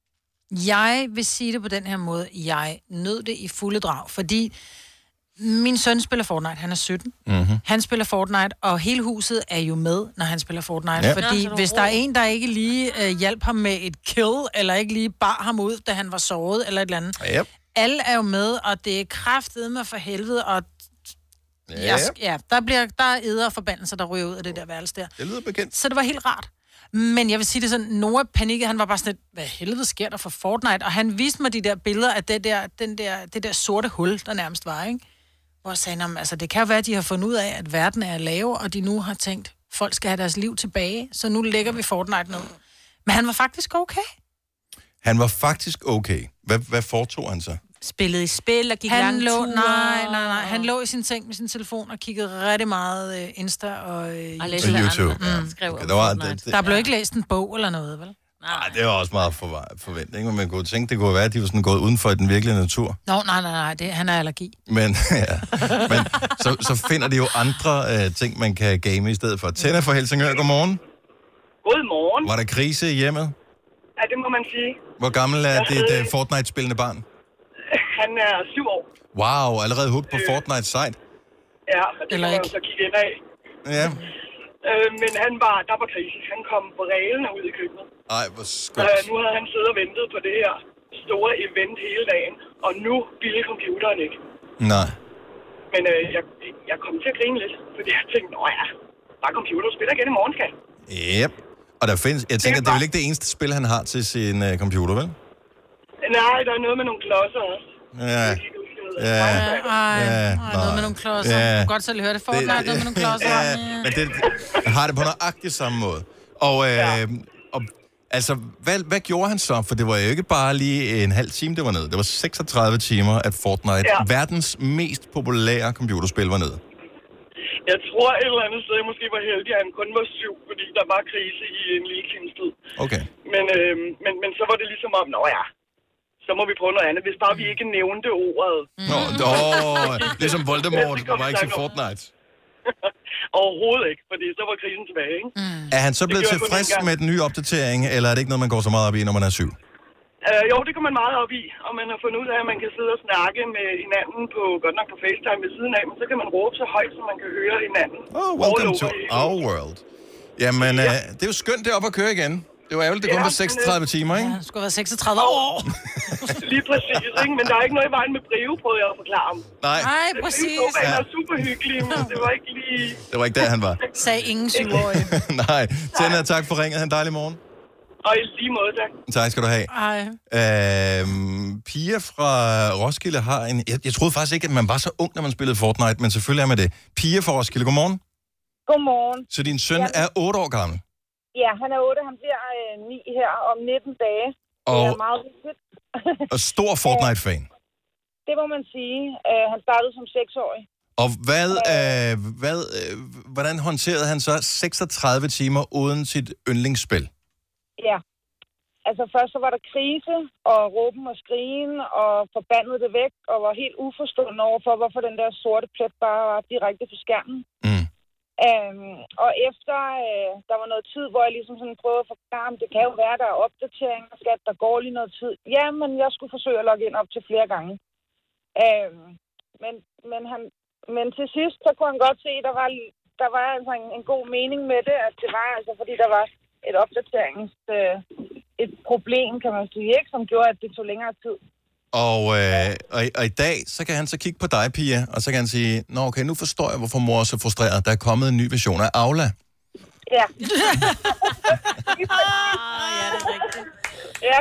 Jeg vil sige det på den her måde. Jeg nød det i fulde drag, fordi min søn spiller Fortnite. Han er sytten. Mm-hmm. Han spiller Fortnite, og hele huset er jo med, når han spiller Fortnite. Ja. Fordi ja, hvis der er en, der ikke lige øh, hjalp ham med et kill, eller ikke lige bar ham ud, da han var såret, eller et eller andet. Ja. Alle er jo med, og det er kraftedeme for helvede, og ja, jeg, ja der, bliver, der er æder og forbandelser, der ryger ud af det der værelse der. Det lyder bekendt. Så det var helt rart. Men jeg vil sige det sådan, Noah panikkede, han var bare sådan lidt, hvad helvede sker der for Fortnite? Og han viste mig de der billeder af det der, den der, det der sorte hul, der nærmest var, ikke? Hvor jeg sagde, altså det kan jo være, at de har fundet ud af, at verden er lav, og de nu har tænkt, folk skal have deres liv tilbage, så nu lægger vi Fortnite ned. Men han var faktisk okay. Han var faktisk okay. Hvad, hvad foretog han så? Spillede i spil og gik han lange lå, ture. Nej, nej, nej. Han lå i sin seng med sin telefon og kiggede rigtig meget uh, Insta og, uh, og YouTube. Mm. Ja. Okay, der, var, det, det, der blev ikke læst en bog eller noget, vel? Nej, det var også meget for, forventet, men man kunne tænke, det kunne være, at de var sådan gået uden for den virkelige natur. Nå, nej, nej, nej, det, han er allergi. Men, ja. men så, så finder de jo andre uh, ting, man kan game i stedet for. Tænder fra Helsingør, godmorgen. Godmorgen. Var der krise i hjemmet? Ja, det må man sige. Hvor gammel er det uh, Fortnite-spillende barn? Han er syv år. Wow, allerede hooked på øh, Fortnite-site? Ja, og det kan man så kigge ind af. Ja. Øh, men han var, der var krise. Han kom på reglerne ud i køkkenet. Ej, hvor skønt. Øh, nu havde han siddet og ventet på det her store event hele dagen, og nu ville computeren ikke. Nej. Men øh, jeg, jeg kom til at grine lidt, fordi jeg tænkte, nå ja, bare computer spiller igen i morgen, skal. Yep. Og der findes, jeg tænker, det, det er vel ikke det eneste spil, han har til sin uh, computer, vel? Nej, der er noget med nogle klodser også. Ja. Ja. Ej, ja, noget med nogle klodser. Ja. Du kan godt selv høre det. Fortnite, noget med nogle klodser. Ja, men det har det på nøjagtig samme måde. Og, øh, ja. og altså, hvad, hvad gjorde han så? For det var jo ikke bare lige en halv time, det var nede. Det var seksogtredive timer, at Fortnite, ja. verdens mest populære computerspil, var nede. Jeg tror et eller andet sted, jeg måske var heldig, at han kun var syv, fordi der var krise i en lille times tid. Okay. Men, øh, men, men så var det ligesom om, nå ja, så må vi prøve noget andet, hvis bare vi ikke nævnte ordet. Nå, åh, ligesom Voldemort, der var ikke til Fortnite. Overhovedet ikke, fordi så var krisen tilbage, ikke? Mm. Er han så blevet tilfreds med den nye opdatering, eller er det ikke noget, man går så meget op i, når man er syv? Uh, jo, det kan man meget op i, og man har fundet ud af, at man kan sidde og snakke med hinanden på, godt nok på FaceTime ved siden af, men så kan man råbe så højt, så man kan høre hinanden. Oh, welcome to our world. Jamen, ja. uh, det er jo skønt, det op at køre igen. Det var ærgerligt, det kun ja, var seksogtredive men, timer, ikke? Ja, det skulle være seksogtredive år. Lige præcis, ikke? Men der er ikke noget i vejen med breve, prøvede jeg at forklare ham. Nej. Nej, præcis. Det var super hyggeligt, men det var ikke lige... Det var ikke der, han var. Sagde ingen syvårige. Nej. Tænder, tak for ringet. Han en dejlig morgen. Og i lige måde, tak. Tak skal du have. Hej. Øhm, Pia fra Roskilde har en... Jeg, jeg troede faktisk ikke, at man var så ung, når man spillede Fortnite, men selvfølgelig er man det. Pia fra Roskilde, godmorgen. Godmorgen. Så din søn ja. er otte år gammel? Ja, han er otte. Han bliver øh, ni her om nitten dage. Og, det er meget vigtigt. og stor Fortnite-fan? Det må man sige. Uh, han startede som seksårig. Og hvad, øh, hvad, øh, hvordan håndterede han så seksogtredive timer uden sit yndlingsspil? Ja, altså først så var der krise, og råben og skrigen, og forbandede det væk, og var helt uforstående overfor, hvorfor den der sorte plet bare var direkte på skærmen. Mm. Um, og efter øh, der var noget tid, hvor jeg ligesom sådan prøvede at forklare, det kan jo være, der er opdateringer, skat, der går lige noget tid. Ja, men jeg skulle forsøge at logge ind op til flere gange. Um, men, men, han, men til sidst, så kunne han godt se, at der var, der var altså en, en god mening med det, at det var altså, fordi der var et opdaterings... Øh, et problem, kan man sige, ikke, som gjorde, at det tog længere tid. Og, øh, og, og i dag, så kan han så kigge på dig, Pia, og så kan han sige, nå okay, nu forstår jeg, hvorfor mor er så frustreret. Der er kommet en ny version af Aula. Ja. Ah, ja, det er rigtigt. Ja.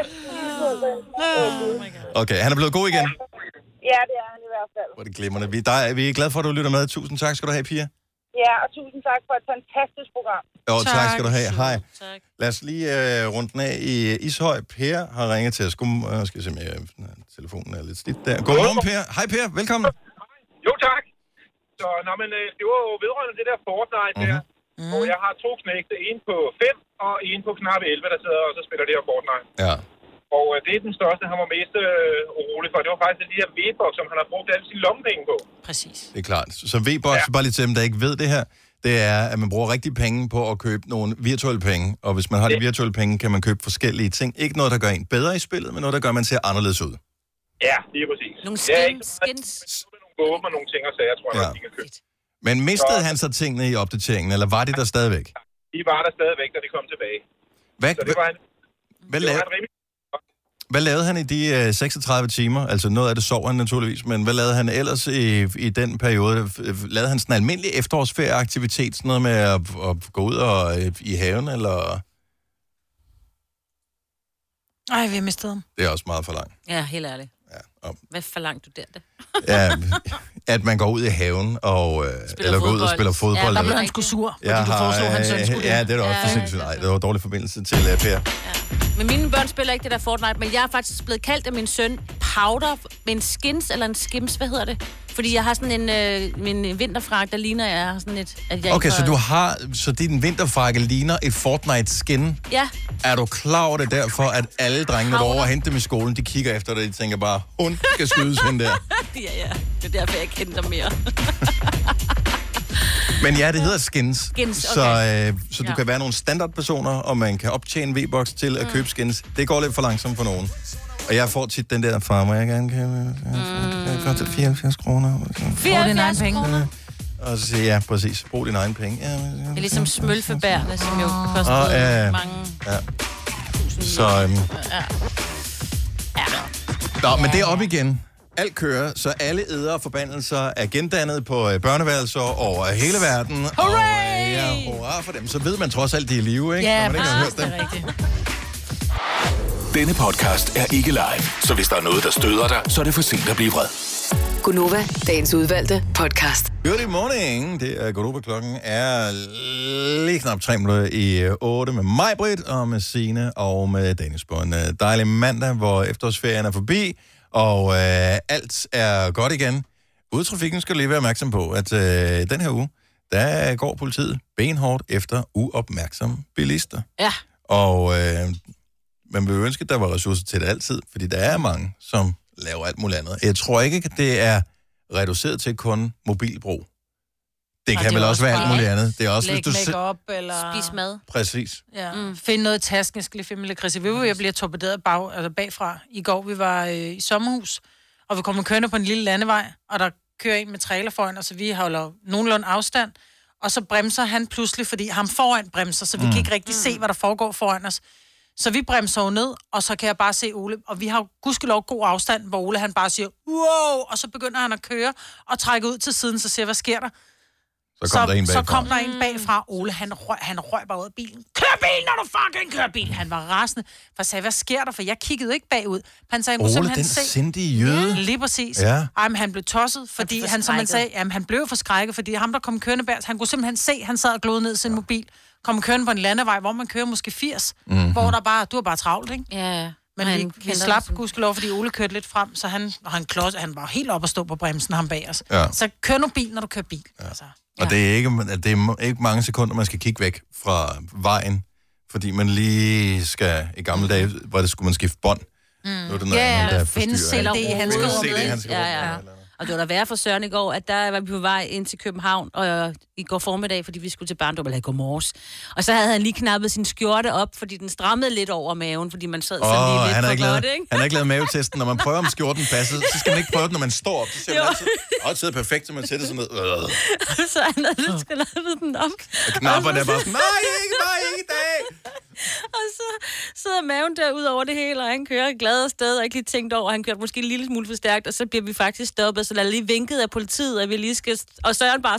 Okay, han er blevet god igen? Ja, det er han i hvert fald. Hvor er det glimrende. Vi, der, vi er glade for, at du lytter med. Tusind tak skal du have, Pia. Ja, og tusind tak for et fantastisk program. Jo, tak, tak skal du have. Hej. Tak. Lad os lige uh, runde den af i Ishøj. Per har ringet til os. God, uh, skal jeg se, om jeg, telefonen er lidt slidt der. Godmorgen, Per. Hej, Per. Velkommen. Jo, tak. Så, nå, men, det var jo vedrørende det der Fortnite der. Mm-hmm. Og jeg har to knægte. En på fem og en på knap elleve, der sidder og så spiller det her Fortnite. Ja. Og uh, det er den største, han var mest uh, urolig for. Det var faktisk de her V-box, som han har brugt alle sine lommepenge på. Præcis. Det er klart. Så V-box, ja. Bare lige til dem, der ikke ved det her, det er, at man bruger rigtig penge på at købe nogle virtuelle penge. Og hvis man har de virtuelle penge, kan man købe forskellige ting. Ikke noget, der gør en bedre i spillet, men noget, der gør, at man ser anderledes ud. Ja, det er præcis. Nogle skins. skins. Nogle våben og nogle ting og sager, tror jeg, ja. De kan købe. Men mistede så... han så tingene i opdateringen, eller var de der stadigvæk? De var der stadigvæk, da de kom tilbage. Hvad, så det var en, hvad, det lavede, var en rimelig... hvad lavede han i de uh, seksogtredive timer? Altså noget af det sov han naturligvis, men hvad lavede han ellers i, i den periode? Lavede han sådan en almindelig efterårsferieaktivitet, sådan noget med at, at gå ud og, i haven, eller... Ej, vi har mistet ham. Det er også meget for langt. Ja, helt ærligt. Ja, og... Hvad forlangt du der det? Ja, at man går ud i haven, og, øh, eller går ud og spiller fodbold. Ja, der blev han sgu sur, fordi jeg du har, foreslog, han søn skulle det. Ja, det er da også ja, for sindssygt. Nej, det var en dårlig forbindelse til uh, Per. Ja. Men mine børn spiller ikke det der Fortnite, men jeg er faktisk blevet kaldt af min søn powder med en skins, eller en skims, hvad hedder det? Fordi jeg har sådan en øh, min vinterfrak, der ligner jeg har sådan et... At jeg okay, så du har... Så din vinterfrakke ligner et Fortnite-skin? Ja. Er du klar over det derfor, at alle drengene, der over og henter dem i skolen, de kigger efter dig, og de tænker bare, hun skal skydes hende der? Ja, ja. Det er derfor, jeg ikke kender dem mere. Men ja, det hedder skins. Skins, okay. Så, øh, så du ja. kan være nogle standardpersoner, og man kan optjene V-box til at mm. købe skins. Det går lidt for langsomt for nogen. Og jeg får tit den der farmer, jeg gerne kan... Jeg får til fireoghalvfjerds kroner. fireoghalvfjerds kroner? Og så siger jeg, ja, præcis, brug dine egne penge. Ja, det er ligesom smølfebærne, som jo koster oh, ja, mange... Ja. Så... Øhm, ja. Ja. Nå, men det er op igen. Alt kører, så alle æder forbandelser er gendannet på øh, børneværelser over hele verden. Hurray! Og, øh, ja, hurra for dem. Så ved man trods alt, de er i live, ikke? Ja, man ikke har hørt dem. Det er rigtigt. Denne podcast er ikke live, så hvis der er noget, der støder dig, så er det for sent at blive vred. Gunova, dagens udvalgte podcast. Good morning. Det er Gunova. Klokken er lige knap tre minutter i otte med mig, Britt, og med Signe og med Dennis på en dejlig mandag, hvor efterårsferien er forbi, og øh, alt er godt igen. Ude i trafikken skal du lige være opmærksom på, at øh, den her uge, der går politiet benhårdt efter uopmærksomme bilister. Ja. Og øh, man vil ønske, at der var ressourcer til det altid, fordi der er mange, som laver alt muligt andet. Jeg tror ikke, at det er reduceret til kun mobilbrug. Det og kan det vel også være alt muligt andet. Det er også, læg hvis du make-up, eller... Spis mad. Præcis. Ja. Mm. Find noget i tasken. Jeg skal lige finde lidt Chrissy. Vi var ved at blive torpederet bag, altså bagfra. I går, vi var øh, i sommerhus, og vi kommer kørende på en lille landevej, og der kører en med trailer foran, og så vi holder nogenlunde afstand, og så bremser han pludselig, fordi ham foran bremser, så vi mm. kan ikke rigtig mm. se, hvad der foregår foran os. Så vi bremser jo ned, og så kan jeg bare se Ole, og vi har jo gudskelov god afstand, hvor Ole han bare siger, wow, og så begynder han at køre, og trække ud til siden, så siger, hvad sker der? Så kom, så, der, en så kom der en bagfra. Ole, han røg, han røg bare ud af bilen. Kør bil, når du fucking kører bil! Han var rasende. For jeg sagde, hvad sker der? For jeg kiggede ikke bagud. Han sagde, Ole, simpelthen den se... sindige jøde. Lige præcis. Ja. Ej, men han blev tosset, fordi han, han som man sagde, jamen, han blev forskrækket, fordi ham, der kom kørende bag, han kunne simpelthen se, han sad og glodede ned i sin ja. mobil. Kom kørende på en landevej, hvor man kører måske firs, mm-hmm. hvor der bare, du er bare travlt, ikke? Ja. Men vi, vi slap, gudskelov, fordi Ole kørte lidt frem, så han, og han, klods, han var helt op at stå på bremsen, ham bag os. Ja. Så kør nu bil, når du kører bil. Ja. Altså. Ja. Og det er, ikke, det er ikke mange sekunder, man skal kigge væk fra vejen, fordi man lige skal, i gamle dage, hvor det skulle man skifte bånd. Mm. Nu er det noget, ja, ja, finde C D, han skal råbe. Ja, ja. Og det var da værre for Søren i går, at der var vi på vej ind til København, og i går formiddag, fordi vi skulle til barndom, eller i går morges. Og så havde han lige knappet sin skjorte op, fordi den strammede lidt over maven, fordi man sad sådan oh, lige lidt for godt, ikke? Han har ikke lavet mavetesten. Når man prøver, om skjorten passer, så skal man ikke prøve det, når man står op. Så ser man altid, åh, det sidder perfekt, så man sætter sig ned. Øh. Så han havde lidt sknappet den op. Og knapperne er bare sådan, nej, ikke, nej, ikke i dag. Og så sidder maven der ud over det hele, og han kører glad afsted, og ikke lige tænkt over, han kørte måske en lille smule for stærkt, og så bliver vi faktisk stoppet, så der er lige vinket af politiet, at vi lige skal... Og så er han bare sådan,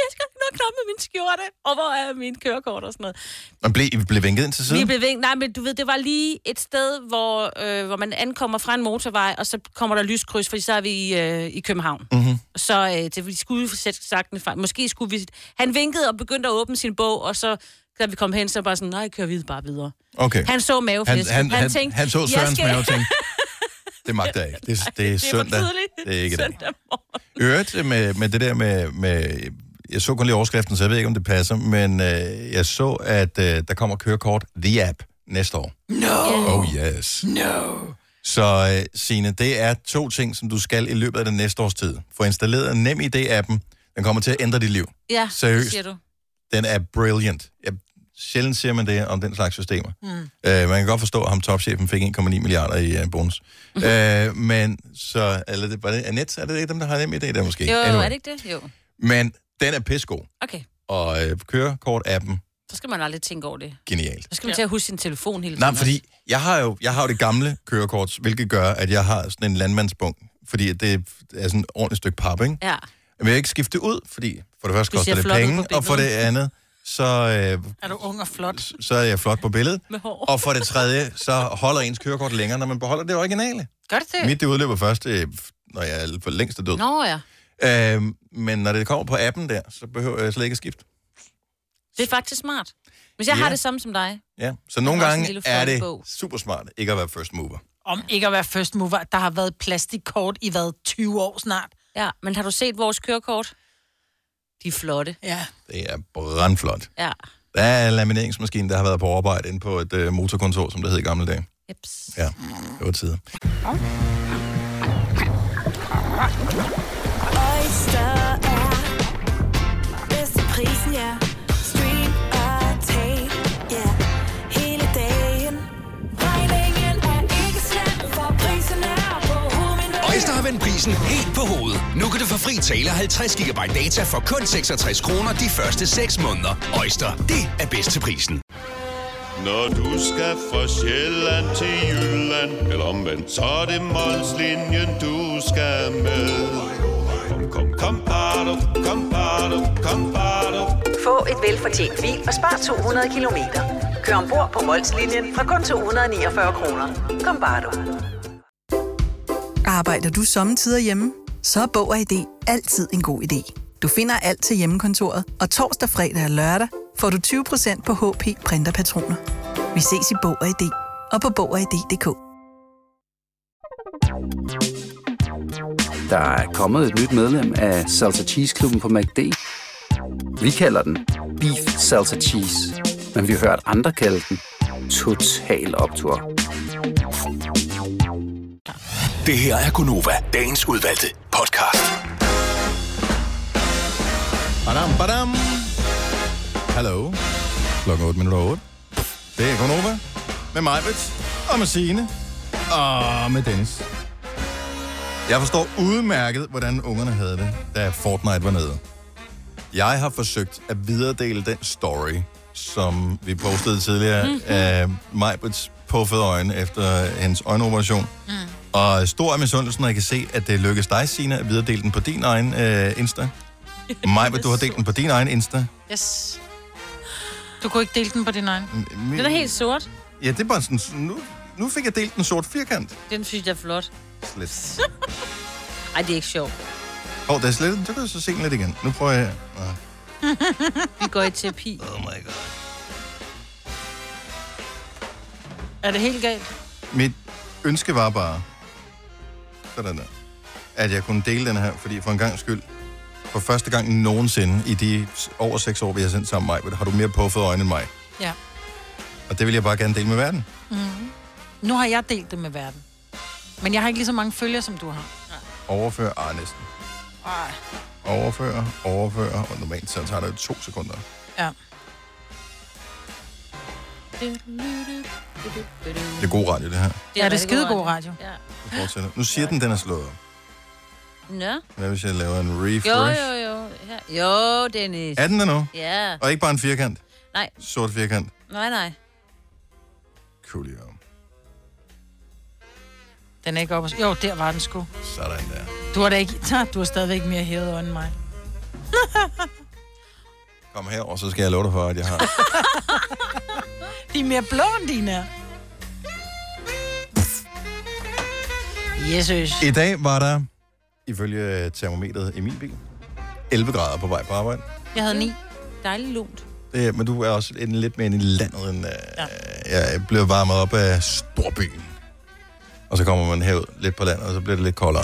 jeg skal nok knap med min skjorte, og hvor er min kørekort og sådan noget. Man blev, I blev vinket ind til siden? Vi blev vinket, nej, men du ved, det var lige et sted, hvor, øh, hvor man ankommer fra en motorvej, og så kommer der lyskryds, fordi så er vi i, øh, i København. Mm-hmm. Så øh, det, vi skulle sagt en fejl. Måske skulle vi... Han vinkede og begyndte at åbne sin bog, og så, da vi kom hen, så bare sådan, nej, kører vi bare videre. Okay. Han så maveflæsket. Han, han, han, han, tænkte, han så Sørens skal... mave og tænkte, det magter jeg ikke. Det, det, det er søndag. Det er ikke det. Øvrigt med, med det der med, med... Jeg så kun lige overskriften, så jeg ved ikke, om det passer, men øh, jeg så, at øh, der kommer kørekort The App næste år. No! Oh yes. No! Så øh, Signe, det er to ting, som du skal i løbet af den næste års tid. Få installeret NemID-appen. Den kommer til at ændre dit liv. Ja, seriøst. siger du. Den er brilliant. Jeg, sjældent siger man det om den slags systemer. Mm. Øh, man kan godt forstå, at ham topchefen fik en komma ni milliarder i uh, bonus. Mm. Øh, men så, eller det, var det Annette, er det ikke dem, der har NemID der måske? Jo, anyway. er det ikke det? Jo. Men den er pissegod. Okay. Og øh, kørekort-appen, Så skal man aldrig tænke over det. genialt. Så skal man til at huske sin telefon hele tiden. Nej, fordi jeg har jo jeg har jo det gamle kørekort, hvilket gør, at jeg har sådan en landmandsbunke. Fordi det er sådan et ordentligt stykke pap, ikke? Ja. Jeg vil ikke skifte det ud, fordi for det første Du koster ser det flot ud penge, på og for det billedet. andet, så, øh, Er du ung og flot? så er jeg flot på billedet. Med hår. Og for det tredje, så holder ens kørekort længere, når man beholder det originale. Gør det det? Mit det udløber først, øh, når jeg er for længst er død. Nå ja. Øh, men når det kommer på appen der, så behøver jeg slet ikke at skifte. Det er faktisk smart. Hvis jeg Ja. har det samme som dig. Ja, så nogle har også en gange lille er det flot bog. super smart ikke at være first mover. Om ikke at være first mover. Der har været plastikkort i hvad, tyve år snart. Ja, men har du set vores kørekort? De er flotte. Ja. Det er brandflot. Ja. Der er en lamineringsmaskine, der har været på arbejde inde på et øh, motorkontor, som det hed i gamle dage. Jeps. Ja, det var tid. Oyster er bedst til prisen, ja. Stream og tag, ja. Hele dagen. Regningen er ikke slem, for prisen er på hovedet. Oyster har vendt prisen helt på hovedet. Nu kan du få fri tale halvtreds gigabyte data for kun seksogtres kroner de første seks måneder. Oyster, det er bedst til prisen. Når du skal fra Sjælland til Jylland, eller omvendt, så er det Molslinjen, du skal med. Kom, kom, kom, bado, kom, bado, kom, bado. Få et velfortjent bil og spar to hundrede kilometer. Kør ombord på Molslinjen fra kun to hundrede niogfyrre kroner. Kom bare du. Arbejder du sommetider hjemme? Så er Bog og I D altid en god idé. Du finder alt til hjemmekontoret, og torsdag, fredag og lørdag får du tyve procent på H P printerpatroner. Vi ses i Bog og I D og på bog og i d punktum d k. Der er kommet et nyt medlem af Salsa Cheese Klubben på McD. Vi kalder den Beef Salsa Cheese, men vi har hørt andre kalde den Total Optur. Det her er Gunova, dagens udvalgte podcast. Badam, badam. Hallo. Klokken otte minutter otte. Det er Gunova med mig, og med Signe, og med Dennis. Jeg forstår udmærket, hvordan ungerne havde det, da Fortnite var nede. Jeg har forsøgt at videredele den story, som vi postede tidligere mm-hmm. af Majbrits påfødte øjne efter hendes øjenoperation. Mm. Og stor er misundelsen, når jeg kan se, at det lykkes dig, Signe, at videredele den på din egen øh, Insta. Majbrit, du har delt den på din egen Insta. Yes. Du kunne ikke dele den på din egen. Den er helt sort. Ja, det er bare sådan... Nu, nu fik jeg delt den sort firkant. Den synes jeg er flot. Slet. Ej, det er ikke sjovt. Åh, oh, der er slet... Så kan jeg så se den lidt igen. Nu prøver jeg... Oh. Vi går i terapi. Oh my god. Er det helt galt? Mit ønske var bare... Sådan der. At jeg kunne dele den her, fordi for en gang skyld... For første gang nogensinde i de over seks år, vi har sendt sammen med mig, har du mere påfødt øjne end mig. Ja. Og det vil jeg bare gerne dele med verden. Mm-hmm. Nu har jeg delt det med verden. Men jeg har ikke lige så mange følgere, som du har. Overfør, ah, næsten. Ej. Overfør, overfør, og normalt så tager det jo to sekunder. Ja. Det er god radio, det her. Ja, det er skide god radio. Ja. Fortsætter. Nu siger den, den er slået op. Nå. Hvad hvis jeg laver en refresh? Jo, jo, jo. Ja. Jo, Dennis. Er den der nu? Ja. Og ikke bare en firkant? Nej. Sort firkant? Nej, nej. Coolio. Den er ikke oppe. Jo, der var den sgu. Sådan der. Du har da ikke... Du har stadigvæk mere hævet øjne end mig. Kom her, og så skal jeg love dig for, at jeg har... De er mere blå, end dine er. Jesus. I dag var der, ifølge termometret i min bil, elleve grader på vej på arbejde. Jeg havde ni. Dejligt lunt. Det, men du er også en, lidt mere inde i landet, end uh, ja. jeg blev varmet op af storbyen. Og så kommer man herud lidt på landet, og så bliver det lidt koldere.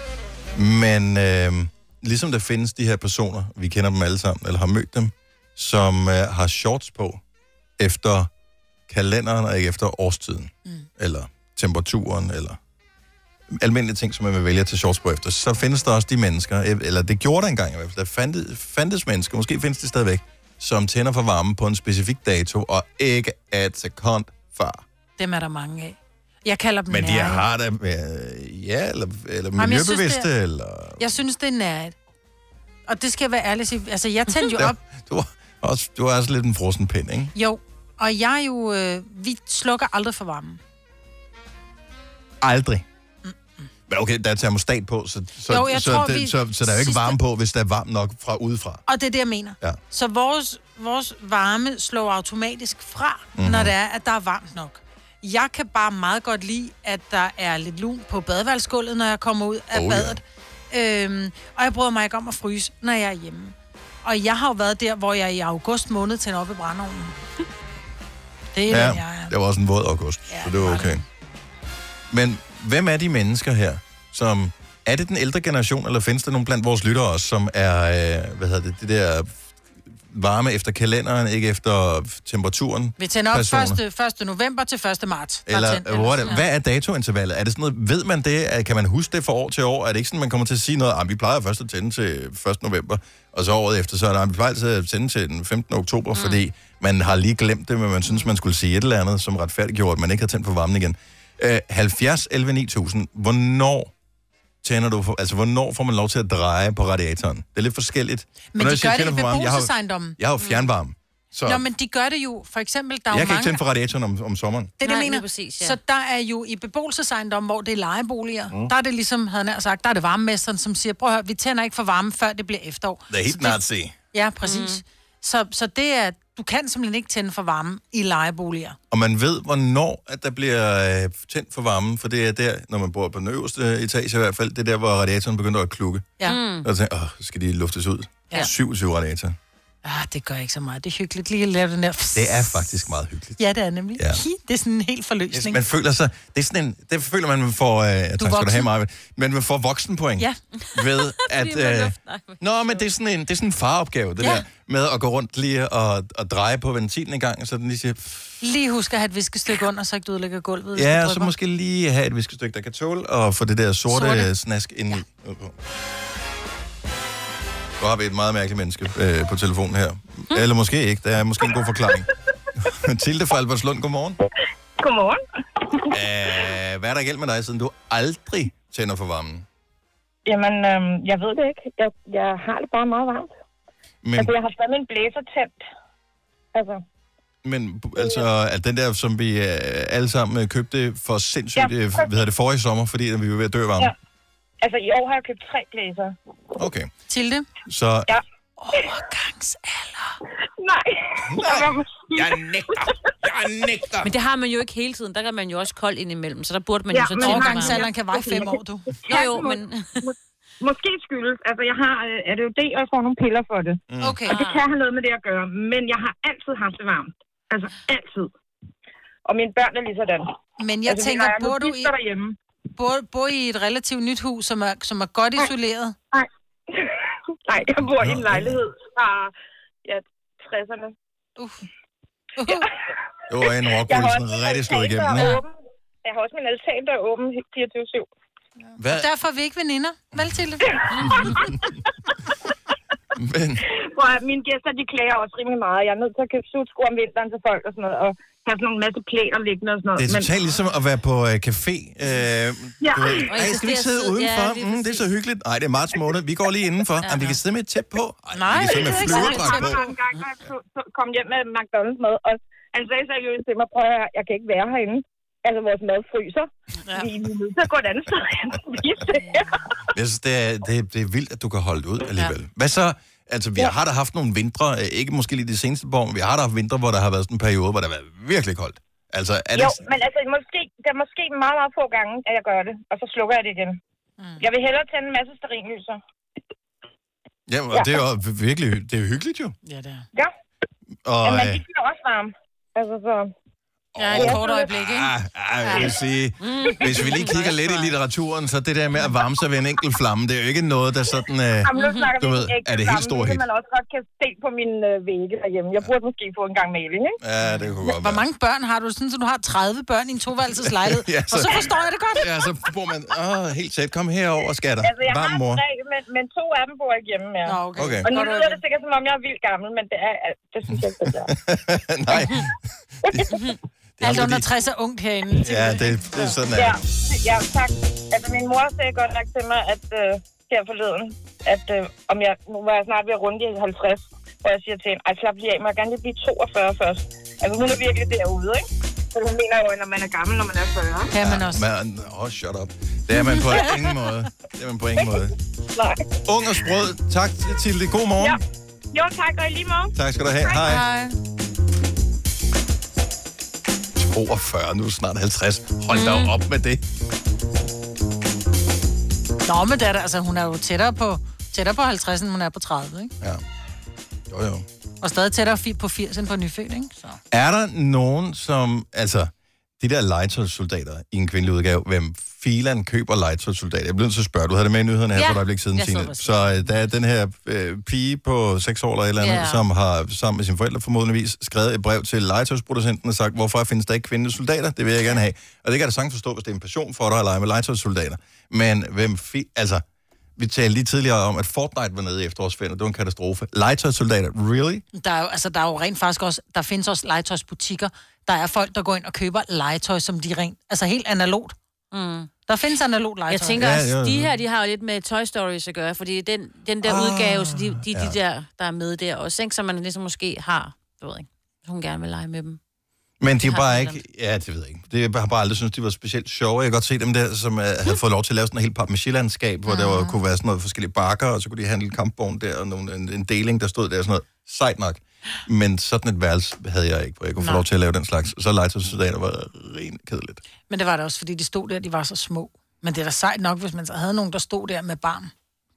Men øh, ligesom der findes de her personer, vi kender dem alle sammen, eller har mødt dem, som øh, har shorts på efter kalenderen og ikke efter årstiden. Mm. Eller temperaturen, eller almindelige ting, som man vil vælge at tage shorts på efter. Så findes der også de mennesker, eller det gjorde der engang i hvert fald, der fandtes, fandtes mennesker, måske findes det stadigvæk, som tænder for varme på en specifik dato, og ikke et sekund før. Dem er der mange af. Jeg kalder dem Men de nære. har det med, ja, eller, eller miljøbevidste, jeg synes, er, eller... Jeg synes, det er nært. Og det skal jeg være ærlig at sige. Altså, jeg tændte jo op... Du er også, du er også lidt en frossen pind, ikke? Jo, og jeg er jo... Øh, vi slukker aldrig for varmen. Aldrig. Men okay, der er termostat på, så, så, jo, jeg så, tror, det, vi så, så der er jo ikke sidste... varme på, hvis der er varmt nok fra udefra. Og det er det, jeg mener. Ja. Så vores, vores varme slår automatisk fra, Mhm. når det er, at der er varmt nok. Jeg kan bare meget godt lide, at der er lidt lun på badeværelsesgulvet, når jeg kommer ud af Oh, badet. Øhm, og jeg bryder mig ikke om at fryse, når jeg er hjemme. Og jeg har jo været der, hvor jeg i august måned tænder op i brændeovnen. Det er Ja, den, jeg er. det var også en våd august, Ja, så det var okay. Men hvem er de mennesker her, som... Er det den ældre generation, eller findes der nogen blandt vores lyttere også, som er, øh, hvad hedder det, det der varme efter kalenderen, ikke efter temperaturen? Vi tænder op personer? første, første november til første marts. Der er Eller, tændt, eller ellers, hvad er datointervallet? Er det sådan noget, ved man det? Kan man huske det fra år til år? Er det ikke sådan, man kommer til at sige noget? Ah, vi plejer først at tænde til første november, og så året efter, så er der, vi plejer til at tænde til den femtende oktober, mm. fordi man har lige glemt det, men man synes, man skulle sige et eller andet, som retfærdiggjorde, at man ikke har tændt for varmen igen. Øh, halvfjerds elleve ni tusind. Hvornår tænder du for, altså hvornår får man lov til at dreje på radiatoren? Det er lidt forskelligt. Men Hvornår de gør jeg det i tænder for varme, jeg har jo- beboelsesejendommen. Jeg har jo fjernvarme. Så Nå, men de gør det jo, for eksempel, der er jo jeg kan mange... ikke tænde for radiatoren om, om sommeren. Det er det, Nej, jeg mener. lige præcis, ja. Så der er jo i beboelsesejendommen, hvor det er lejeboliger, Mm. mm. der er det ligesom, havde jeg sagt, der er det varmemesteren, som siger, prøv at høre, vi tænder ikke for varme, før det bliver efterår. Det er helt nazi. Ja, præcis. Mm. Så, så det er, du kan simpelthen ikke tænde for varme i lejeboliger. Og man ved, hvornår at der bliver øh, tændt for varmen, for det er der, når man bor på den øverste etage i hvert fald, det er der, hvor radiatoren begynder at klukke. Ja. Mm. Og så tænker jeg, åh, skal de luftes ud? Ja. syvogtyve radiatorer. Ah, det gør ikke så meget. Det er hyggeligt lige at lave den der... Det er faktisk meget hyggeligt. Ja, det er nemlig. Ja. Ja. Det er sådan en helt forløsning. Man føler sig, det er sådan en, det føler man, man får, øh, tak skal du voksen. have, Marvind, men man får voksenpoint Ja. ved, at, Fordi man øh, luft- nej, nå, men det er sådan en, det er sådan en faropgave, det Ja. der, med at gå rundt lige og, og dreje på ventilen en gang, så den lige siger, Lige husk at have et viskestykke under, så ikke du ødelægger gulvet. hvis ja, du og så drypper. måske lige have et viskestykke, der kan tåle, og få det der sorte, sorte. Sorte. snask ind i. Ja. Så har vi et meget mærkeligt menneske øh, på telefonen her. Hmm. Eller måske ikke, der er måske en god forklaring. Tilde fra Albertslund, godmorgen. Godmorgen. Æh, hvad er der galt med dig, siden du aldrig tænder for varmen? Jamen, øhm, jeg ved det ikke. Jeg, jeg har det bare meget varmt. Men, Altså, jeg har stadig min blæser tændt. Altså, men altså, at den der, som vi øh, alle sammen øh, købte for sindssygt, Ja, øh, hvad hedder det, forrige sommer, fordi vi var ved at dø af varme. ja. Altså, i år har jeg købt tre blæser. Okay. Tilde? Så Ja. Overgangsalder. Nej. jeg nægter. Jeg nægter. Men det har man jo ikke hele tiden. Der kan man jo også kold indimellem, så der burde man Ja, jo så men tænke overgangsalderen kan veje fem år, du. Jo, jo, men... Måske skyldes, altså jeg har øh, A D H D, og jeg får nogle piller for det. Mm. Okay. Og det kan have noget med det at gøre, men jeg har altid haft det varmt. Altså altid. Og mine børn er lige sådan. Men jeg altså, tænker, der er bor du i, nudister derhjemme. bor, bor I et relativt nyt hus, som er, som er godt isoleret? Nej. Nej, jeg bor i en lejlighed fra ja, tresserne. Uff. Uh. Ja. Det var en rockrulle, sådan rigtig slået igennem, ikke? Jeg har også min altan, der er åben fireogtyve syv. Hvad? Og derfor er vi ikke veninder. Vel, Tilde? Men... Hvor mine gæster, de klager også rimelig meget. Jeg er nødt til at købe sutsko om vinteren til folk og sådan noget, og have sådan en masse plæner liggende og sådan noget. Det er totalt ligesom at være på øh, café. Øh, Ja. du ved, Ej, skal vi ikke sidde udenfor? Ja, mm, det er så hyggeligt. Nej, det er marts måned. Vi går lige indenfor. Jamen, vi kan sidde med et tæppe på. Ej, Nej, vi kan sidde med det er ikke flyverdragt på. En gang, når jeg kom hjem med McDonald's mad, og han sagde seriøst til mig, prøv at høre, jeg kan ikke være herinde. Altså, vores mad fryser. Ja. Vi er nødt til at gå et andet sted hen og spise det her. Jeg synes, det er, det, er, det er vildt, at du kan holde det ud alligevel. Ja. Hvad så? Altså, vi ja. har da haft nogle vintre, ikke måske lige de seneste år, men vi har da haft vintre, hvor der har været sådan en periode, hvor der har været virkelig koldt. Altså, er det... Jo, men altså, måske, der er måske meget, meget få gange, at jeg gør det, og så slukker jeg det igen. Mm. Jeg vil hellere tænde en masse stearinlyser. Ja, og ja. det er jo virkelig det er hyggeligt jo. Ja, det er. Ja, og, ja men de bliver også varme. Altså, så... Ja, et kort øjeblik, ikke? Ah, ah, jeg vil sige, hvis vi lige kigger lidt i litteraturen, så det der med at varme sig ved en enkelt flamme, det er jo ikke noget, der sådan, øh, Jamen, nu snakker du vi ved, er det helt store hit. Det man også godt kan se på mine øh, vægge derhjemme. Jeg burde måske få en gang maling, ikke? Ja, det kunne godt Hvor mange børn har du? Sådan, så du har tredive børn i en toværelses lejlighed. Ja, så... Og så forstår jeg det godt. Ja, så bor man, åh, helt tæt, kom herover, skatter. Altså, jeg Varm har mor. tre, men, men to af dem bor ikke hjemme mere. Nå, okay. Okay. Og nu lyder det sikkert, som om jeg er vildt gammel, men det er, det synes jeg ikke, det er. Nej. Alt under tres er ungt herinde. Ja, det, det er sådan, ja. Ja, tak. Altså, min mor sagde godt nok til mig, at øh, her forleden, at øh, om jeg, nu var jeg snart ved at runde de halvtreds, og jeg siger til hende, ej, slap lige af, må jeg gerne lige blive toogfyrre først. Altså, hun er virkelig derude, ikke? Så hun mener jo, når man er gammel, når man er fyrre. Kan man også. Men, åh, oh, shut up. Det er man på ingen måde. Det er man på ingen måde. Nej. Ung og sprød. Tak til det. God morgen. Ja. Jo, tak, og i lige måde. Tak skal du have. Hej. Hej. toogfyrre, nu er snart halvtreds. Hold da Mm. op med det. Nå, men det er der, altså, hun er jo tættere på, tættere på halvtreds, end hun er på tredive, ikke? Ja. Jo, jo. Og stadig tættere på firs end på nyfødt, ikke? Så. Er der nogen, som... Altså, de der legetøjssoldater i en kvindelig udgave, hvem filan køber legetøjssoldater? Jeg bliver nødt til at spørge. Du havde det med i nyhederne her Ja, for et øjeblik siden, jeg så Signe. det. Så øh, der er den her øh, pige på seks år eller et eller andet, Ja. som har sammen med sine forældre formodentligvis skrevet et brev til legetøjsproducenten og sagt, hvorfor findes der ikke kvindelige soldater? Det vil jeg gerne have. Og det kan jeg da sagtens forstå, hvis det er en passion for dig at lege med legetøjssoldater. Men hvem fi- Altså, vi talte lige tidligere om, at Fortnite var nede i efterårsferien, og det var en katastrofe. Legetøjssoldater, really? Der er jo, altså, der er jo rent faktisk også, der findes også legetøjsbutikker. Der er folk, der går ind og køber legetøj, som de rent, altså helt analogt. Mm. Der findes analogt legetøj. Jeg tænker Ja, også, jo, jo. de her, de har jo lidt med Toy Stories at gøre, fordi den, den der Ah, udgave, så de, de, de ja. der, der er med der også, ikke? Så man ligesom måske har, jeg ved ikke, hun gerne vil lege med dem. Men de er har bare sådan ikke... Ja, det ved jeg ikke. Det har bare aldrig synes de var specielt sjove. Jeg kan godt se dem der, som uh, havde fået lov til at lave sådan en helt papmaché-landskab, hvor der var, kunne være sådan noget forskellige bakker, og så kunne de handle kampvogn der, og nogle, en, en deling, der stod der, sådan noget. Sejt nok. Men sådan et værelse havde jeg ikke, hvor jeg kunne få Nej. lov til at lave den slags. Så legetøjssoldater var rent kedeligt. Men det var det også, fordi de stod der, de var så små. Men det er da sejt nok, hvis man så havde nogen, der stod der med barn.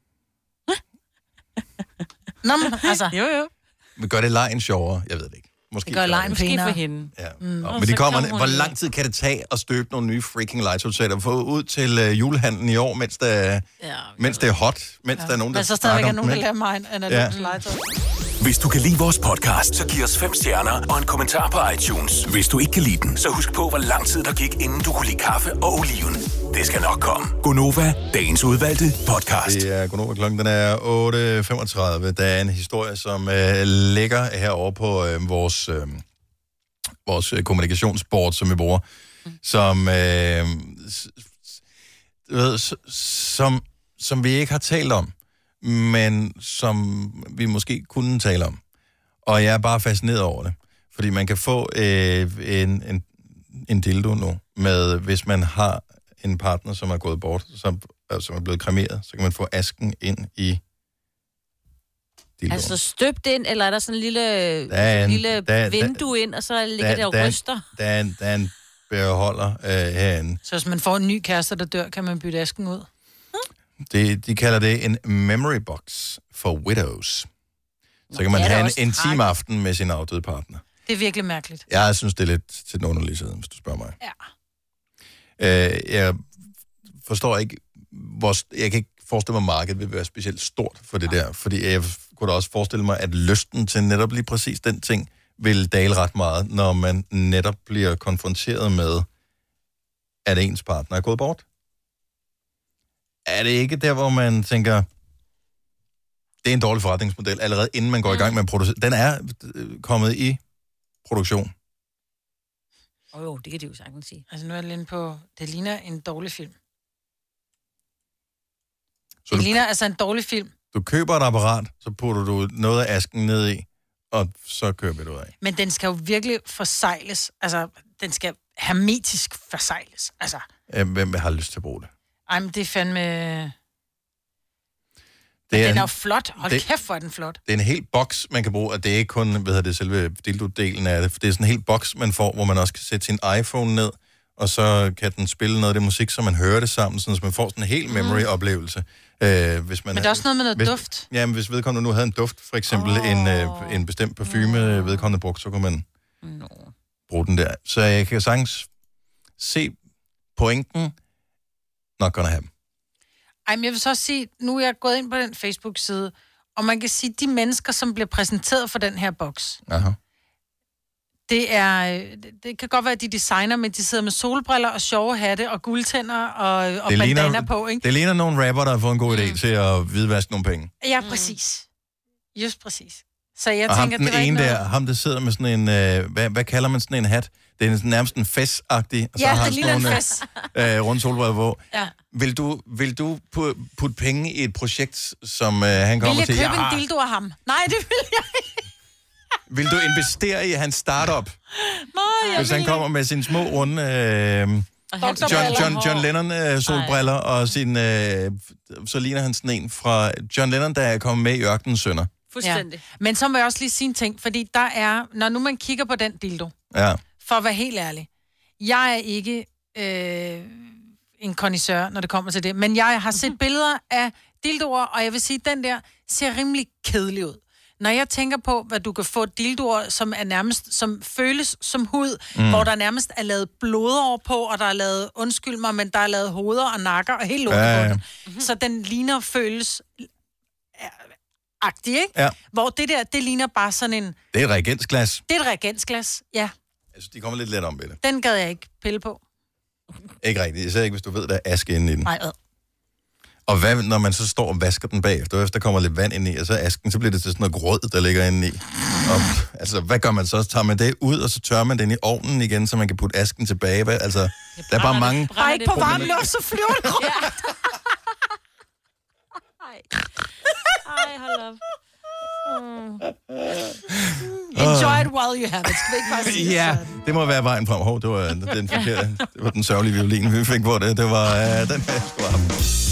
Nå, men altså... Jo, jo. Men gør det lejen sjovere? Jeg ved det ikke. Måske Det gør gør lejen Måske pænere. for hende. Ja. Mm. Nå, Og men de så kommer, kommer hun hvor lige. lang tid kan det tage at støbe nogle nye freaking legetøjssoldater? Få ud til uh, julehandlen i år, mens, der, Ja, mens det er hot, mens ja. der er nogen, der Men så stadigvæk er snakker nogen, om der det. lærer mig en analogt Ja. legetøj. Hvis du kan lide vores podcast, så giv os fem stjerner og en kommentar på iTunes. Hvis du ikke kan lide den, så husk på, hvor lang tid der gik, inden du kunne lide kaffe og oliven. Det skal nok komme. Gonova, dagens udvalgte podcast. Det er Gonova, klokken den er otte femogtredive. Der er en historie, som øh, ligger herovre på øh, vores, øh, vores øh, kommunikationsboard, som vi bruger, mm. som, øh, s- s- du ved, s- som, som vi ikke har talt om, men som vi måske kunne tale om. Og jeg er bare fascineret over det. Fordi man kan få øh, en, en, en dildo nu, med, hvis man har en partner, som er gået bort, som, øh, som er blevet kremeret, så kan man få asken ind i dildoen. Altså støbt ind, eller er der sådan en lille, Der er en- lille der- der- vindue ind, og så ligger der- der og der- ryster? Der er en, der er en beholder øh, herinde. Så hvis man får en ny kæreste, der dør, kan man bytte asken ud. Det, de kalder det en memory box for widows. Så kan man det er da have også en intim tragisk. aften med sin afdøde partner. Det er virkelig mærkeligt. Jeg synes, det er lidt til den underlige side, hvis du spørger mig. Ja. Øh, jeg forstår ikke, hvor, jeg kan ikke forestille mig, at markedet vil være specielt stort for det der, fordi jeg kunne da også forestille mig, at lysten til netop lige præcis den ting vil dale ret meget, når man netop bliver konfronteret med, at ens partner er gået bort. Er det ikke der, hvor man tænker, det er en dårlig forretningsmodel, allerede inden man går i gang med at producere? Den er øh, kommet i produktion. Åh oh, jo, det kan de jo sagtens sige. Altså nu er det inde på, det ligner en dårlig film. Så det du- ligner altså en dårlig film. Du køber et apparat, så putter du noget af asken ned i, og så kører vi det ud af. Men den skal jo virkelig forsejles. Altså, den skal hermetisk forsejles. Altså, Øh, Hvem har lyst til at bruge det? ej, men det er fandme... Men er den en- er jo flot. Hold det- kæft, hvor er den flot. Det er en hel boks, man kan bruge, og det er ikke kun, hvad hedder det, selve dildo-delen af det. For det er sådan en hel boks, man får, hvor man også kan sætte sin iPhone ned, og så kan den spille noget af det musik, så man hører det sammen, sådan, så man får sådan en hel memory-oplevelse. Øh, hvis man, Men der er også noget med noget hvis, duft. Ja, men hvis vedkommende nu havde en duft, for eksempel oh. en, øh, en bestemt parfume, mm. vedkommende brugt, så kunne man no. bruge den der. Så jeg kan sagtens se pointen, not gonna have. Ej, men jeg vil så også sige, nu er jeg gået ind på den Facebook-side, og man kan sige, de mennesker, som bliver præsenteret for den her boks, Aha. det er, det- det kan godt være, at de designer, men de sidder med solbriller og sjove hatte og guldtænder og, og bandana på, ikke? Det ligner nogle rapper, der har fået en god idé mm. til at hvidvaske nogle penge. Ja, præcis. Just præcis. Så jeg og ham tænker, den det var ikke ene noget... der, ham der sidder med sådan en, øh, hvad, hvad kalder man sådan en hat? Det er sådan nærmest en fes-agtig. Og så Ja, har det han ligner en sådan fes. nogle, øh, rundt solbriller på. Ja. Vil du, vil du pu- putte penge i et projekt, som øh, han Vil kommer jeg til? købe har- en dildo af ham? Nej, det vil jeg ikke. Vil du investere i hans startup? Nej, jeg Hvis han vil kommer med sine små runde øh, John, John, John Lennon øh, solbriller, og sin, øh, så ligner han sådan en fra John Lennon, der er kommet med i Ørkenens Sønner. Fuldstændig. Ja. Men så må jeg også lige sige en ting, fordi der er, når nu man kigger på den dildo, Ja. for at være helt ærlig, jeg er ikke øh, en connoisseur, når det kommer til det, men jeg har set billeder af dildoer, og jeg vil sige, at den der ser rimelig kedelig ud. Når jeg tænker på, hvad du kan få dildoer, som er nærmest, som føles som hud, Mm. mm. hvor der nærmest er lavet blodår på, og der er lavet, undskyld mig, men der er lavet hoveder og nakker, og helt lort Ja, på ja. den. Mm-hmm. Så den ligner føles agtig, ikke? Ja. Hvor det der, det ligner bare sådan en, Det er et reagensglas. det er et reagensglas, ja. Altså, de kommer lidt let om ved det. Den gad jeg ikke pille på. Ikke rigtigt. Især ikke, hvis du ved, der er aske inde i den. Nej, øh. Og hvad, når man så står og vasker den bagefter, og efter der kommer lidt vand ind i, og så asken, så bliver det til sådan noget grød, der ligger inde i. Og, altså, hvad gør man så? Tager man det ud, og så tørrer man den i ovnen igen, så man kan putte asken tilbage? Hvad? Altså, der er bare mange... Bare ikke på varm luft, så flyver den rundt. Ej, hold op. Mm. Enjoy it while you have it. Skal vi ikke bare sige Ja, det sådan? det må være vejen frem. Hov, det var den, den forkerte. Det var den sørgelige violin, vi fik på det. Det var øh, den her. Det var ham.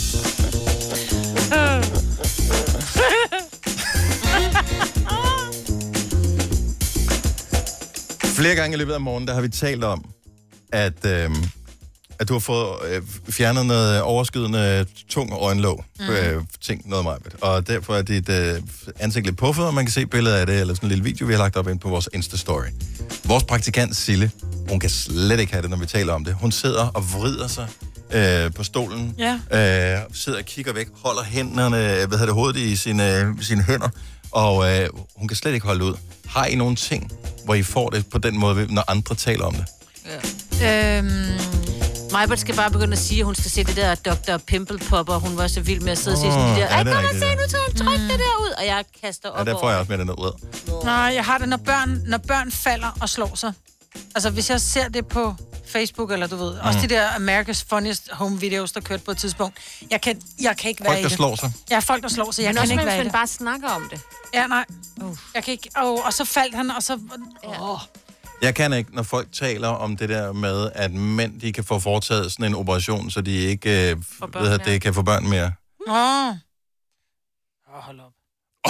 Flere gange i løbet af morgenen, der har vi talt om, at, øh, at du har fået øh, fjernet noget overskydende tung øjenlåg. Mm. Øh, ting, noget meget. Og derfor er dit øh, ansigt lidt puffet, og man kan se billeder af det, eller sådan en lille video, vi har lagt op ind på vores Insta-story. Vores praktikant Sille, hun kan slet ikke have det, når vi taler om det. Hun sidder og vrider sig øh, på stolen, Ja. øh, sidder og kigger væk, holder hænderne, hvad hedder det, hovedet i sine, sine hænder, og øh, hun kan slet ikke holde ud. Har I nogle ting, hvor I får det på den måde, når andre taler om det? Ja. Øhm, Majbert skal bare begynde at sige, at hun skal se det der doktor Pimple Popper. Hun var så vild med at sidde og se sådan de der. ja, Ej, det er kom og rigtigt, se, ja. nu tager hun tryk det der ud. Og jeg kaster Ja, op der får jeg over. også med den ud. Nej, jeg har det, når børn, når børn falder og slår sig. Altså, hvis jeg ser det på Facebook, eller du ved, mm. også de der America's Funniest Home Videos, der kørte på et tidspunkt. Jeg kan, jeg kan ikke være Folk, i der det. slår sig. Ja, folk, der slår sig. Jeg Men kan også, ikke hvis være i man det. bare snakker om det. Ja, nej. Uh. Jeg kan ikke... Oh, og så faldt han, og så... Oh. Jeg kan ikke, når folk taler om det der med, at mænd de kan få foretaget sådan en operation, så de ikke øh, børn, ved, at det ja. kan få børn mere. Åh. Oh. Oh, hold op.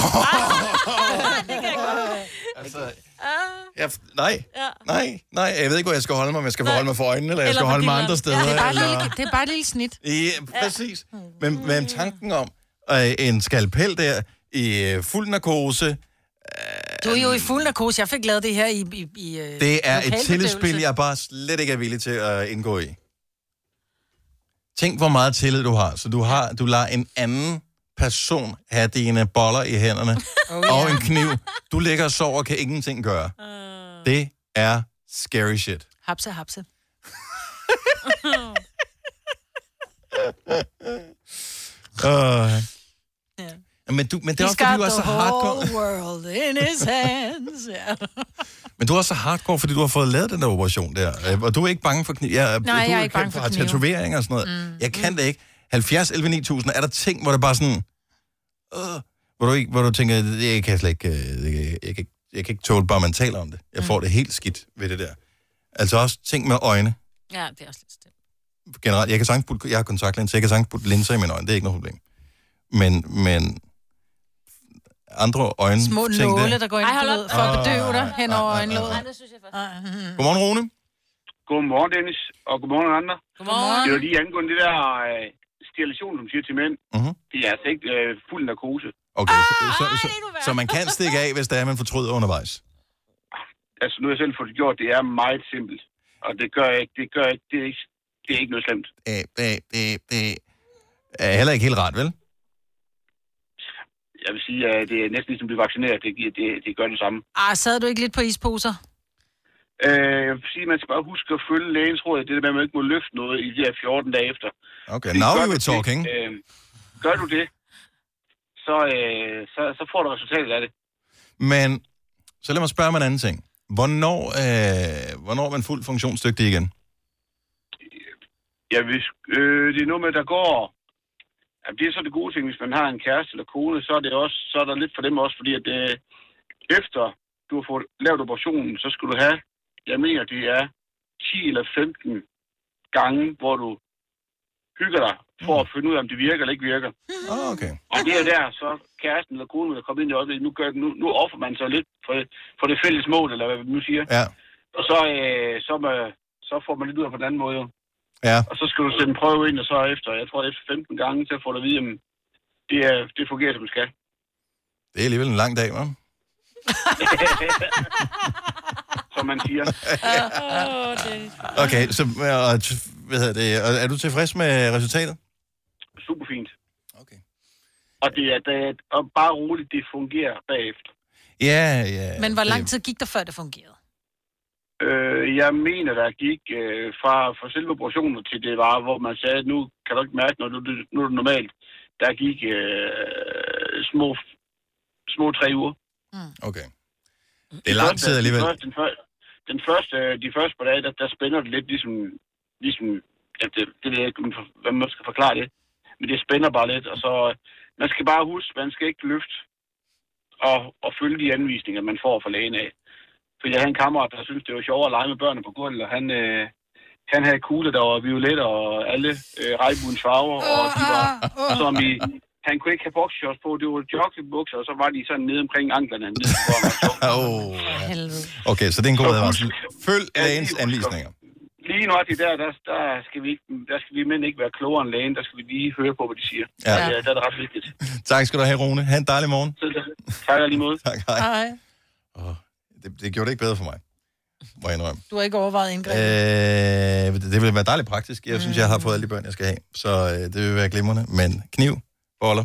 Altså, jeg, nej, nej, nej, jeg ved ikke, hvor jeg skal holde mig, om jeg skal forholde mig for øjnene, eller jeg skal holde mig andre steder. Ja, det, er bare et eller... lille, det er bare et lille snit. Ja, præcis. Men med tanken om øh, en skalpel der i øh, fuld narkose, Du er jo i fuld narkose. Jeg fik lavet det her i... i, i det er et lokalbedøvelse. tillidsspil, jeg bare slet ikke er villig til at indgå i. Tænk, hvor meget tillid du har. Så du har, du lader en anden person have dine boller i hænderne, Oh, og ja. en kniv. Du ligger og sover og kan ingenting gøre. Det er scary shit. Hapse, hapse. Uh, men, du, men det er He's også, fordi got du er så the hardcore. whole world in his hands. Ja. Men du er også så hardcore, fordi du har fået lavet den der operation der. Øh, Og du er ikke bange for kniv. Ja, Nej, du jeg er ikke bange for har knive. tatoveringer og sådan noget. Mm. Jeg kan det ikke. halvfjerds elleve ni tusind, er der ting, hvor det bare sådan... Øh, hvor, du ikke, hvor du tænker, jeg kan slet ikke... øh, Jeg, kan- jeg, kan, jeg kan ikke tåle bare, man taler om det. Jeg får det helt skidt ved det der. Altså også ting med øjne. Ja, det er også lidt stemt. Generelt, jeg kan sagtens putte, jeg har kontaktlinser, så jeg kan sagtens putte linser i mine øjne. Det er ikke noget problem. Men, men andre øjne. Små nåle, der går ind du ved, for at bedøve dig hen over øjenlåget. Nej, det synes jeg faktisk. Godmorgen, Rune. Godmorgen, Dennis, og godmorgen, andre. Godmorgen. Det er jo lige angående det der øh, sterilisation, som siger til mænd. Mm-hmm. Det er altså ikke øh, fuld narkose. Okay, så, så, så, så man kan stikke af, hvis der er, man fortryder undervejs? Altså, nu har jeg selv fået det gjort, det er meget simpelt. Og det gør jeg ikke, det gør jeg ikke, det er ikke, det er ikke noget slemt. Det, det, det, det er heller ikke helt rart, vel? Jeg vil sige, at det er næsten ligesom at blive vaccineret, det, det, det gør det samme. Ah, sad du ikke lidt på isposer? Øh, jeg vil sige, at man skal bare huske at følge lægens råd. Det er med, at man ikke må løfte noget i de her fjorten dage efter. Okay, now you're talking. Øh, gør du det, så, øh, så, så får du resultatet af det. Men, så lad mig spørge mig en anden ting. Hvornår, øh, hvornår er man fuldt funktionsdygtig igen? Ja, hvis, øh, det er noget med, der går... Ja, det er så det gode ting, hvis man har en kæreste eller kone, så er, det også, så er der lidt for dem også, fordi at øh, efter du har fået lavet operationen, så skal du have, jeg mener, det er ti eller femten gange, hvor du hygger dig for at finde ud af, om det virker eller ikke virker. Oh, okay. Og det er der, så kæresten eller konen vil komme ind i øjeblikket. Nu, gør, nu, nu offer man sig lidt for, for det fælles mål, eller hvad vi nu siger. Ja. Og så, øh, så, øh, så får man lidt ud af på den anden måde, jo. Ja. Og så skal du sætte en prøve ind, og så efter, jeg tror, efter femten gange, så får du at vide, at det, er, det fungerer, som det skal. Det er alligevel en lang dag, hva'? Som man siger. Okay, så og, hvad hedder det, er du tilfreds med resultatet? Super fint. Okay. Og det er, det er og bare roligt, det fungerer bagefter. Ja, ja. Men hvor lang tid gik der, før det fungerede? Øh, jeg mener, der gik øh, fra, fra selve operationer til det var, hvor man sagde, at nu kan du ikke mærke, når du, nu er det normalt. Der gik øh, små, små tre uger. Mm. Okay. Det er lang tid alligevel. Den første, den første, den første, de første par dage, der, der spænder det lidt ligesom, ligesom at det, det ved jeg ikke, hvad man skal forklare det. Men det spænder bare lidt, og så, man skal bare huske, man skal ikke løfte og, og følge de anvisninger, man får fra lægen af. For jeg havde en kammerat, der syntes, det var sjovere at lege med børnene på gulvet, og han, øh, han havde kugler, der var violetter og alle øh, regnbuens farver, og de var som i... Han kunne ikke have boxershorts på, det var joggingbukser, og så var de sådan nede omkring anklerne. Nede oh. Okay, så det er en god advarsel. Følg lægens anvisninger. Lige nu der, der, der, skal vi ikke, der skal vi mænd ikke være klogere end lægen, der skal vi lige høre på, hvad de siger. Ja. Der, der er det ret vigtigt. Tak skal du have, Rune. Ha' en dejlig morgen. Tak lige måde. Tak, hej. Hej. Oh, det, det gjorde det ikke bedre for mig, må jeg indrømme. Du har ikke overvejet indgreb? Øh, det, det vil være dejligt praktisk. Jeg synes, jeg har fået alle de børn, jeg skal have. Så øh, det vil være glimrende. Men kniv, boller.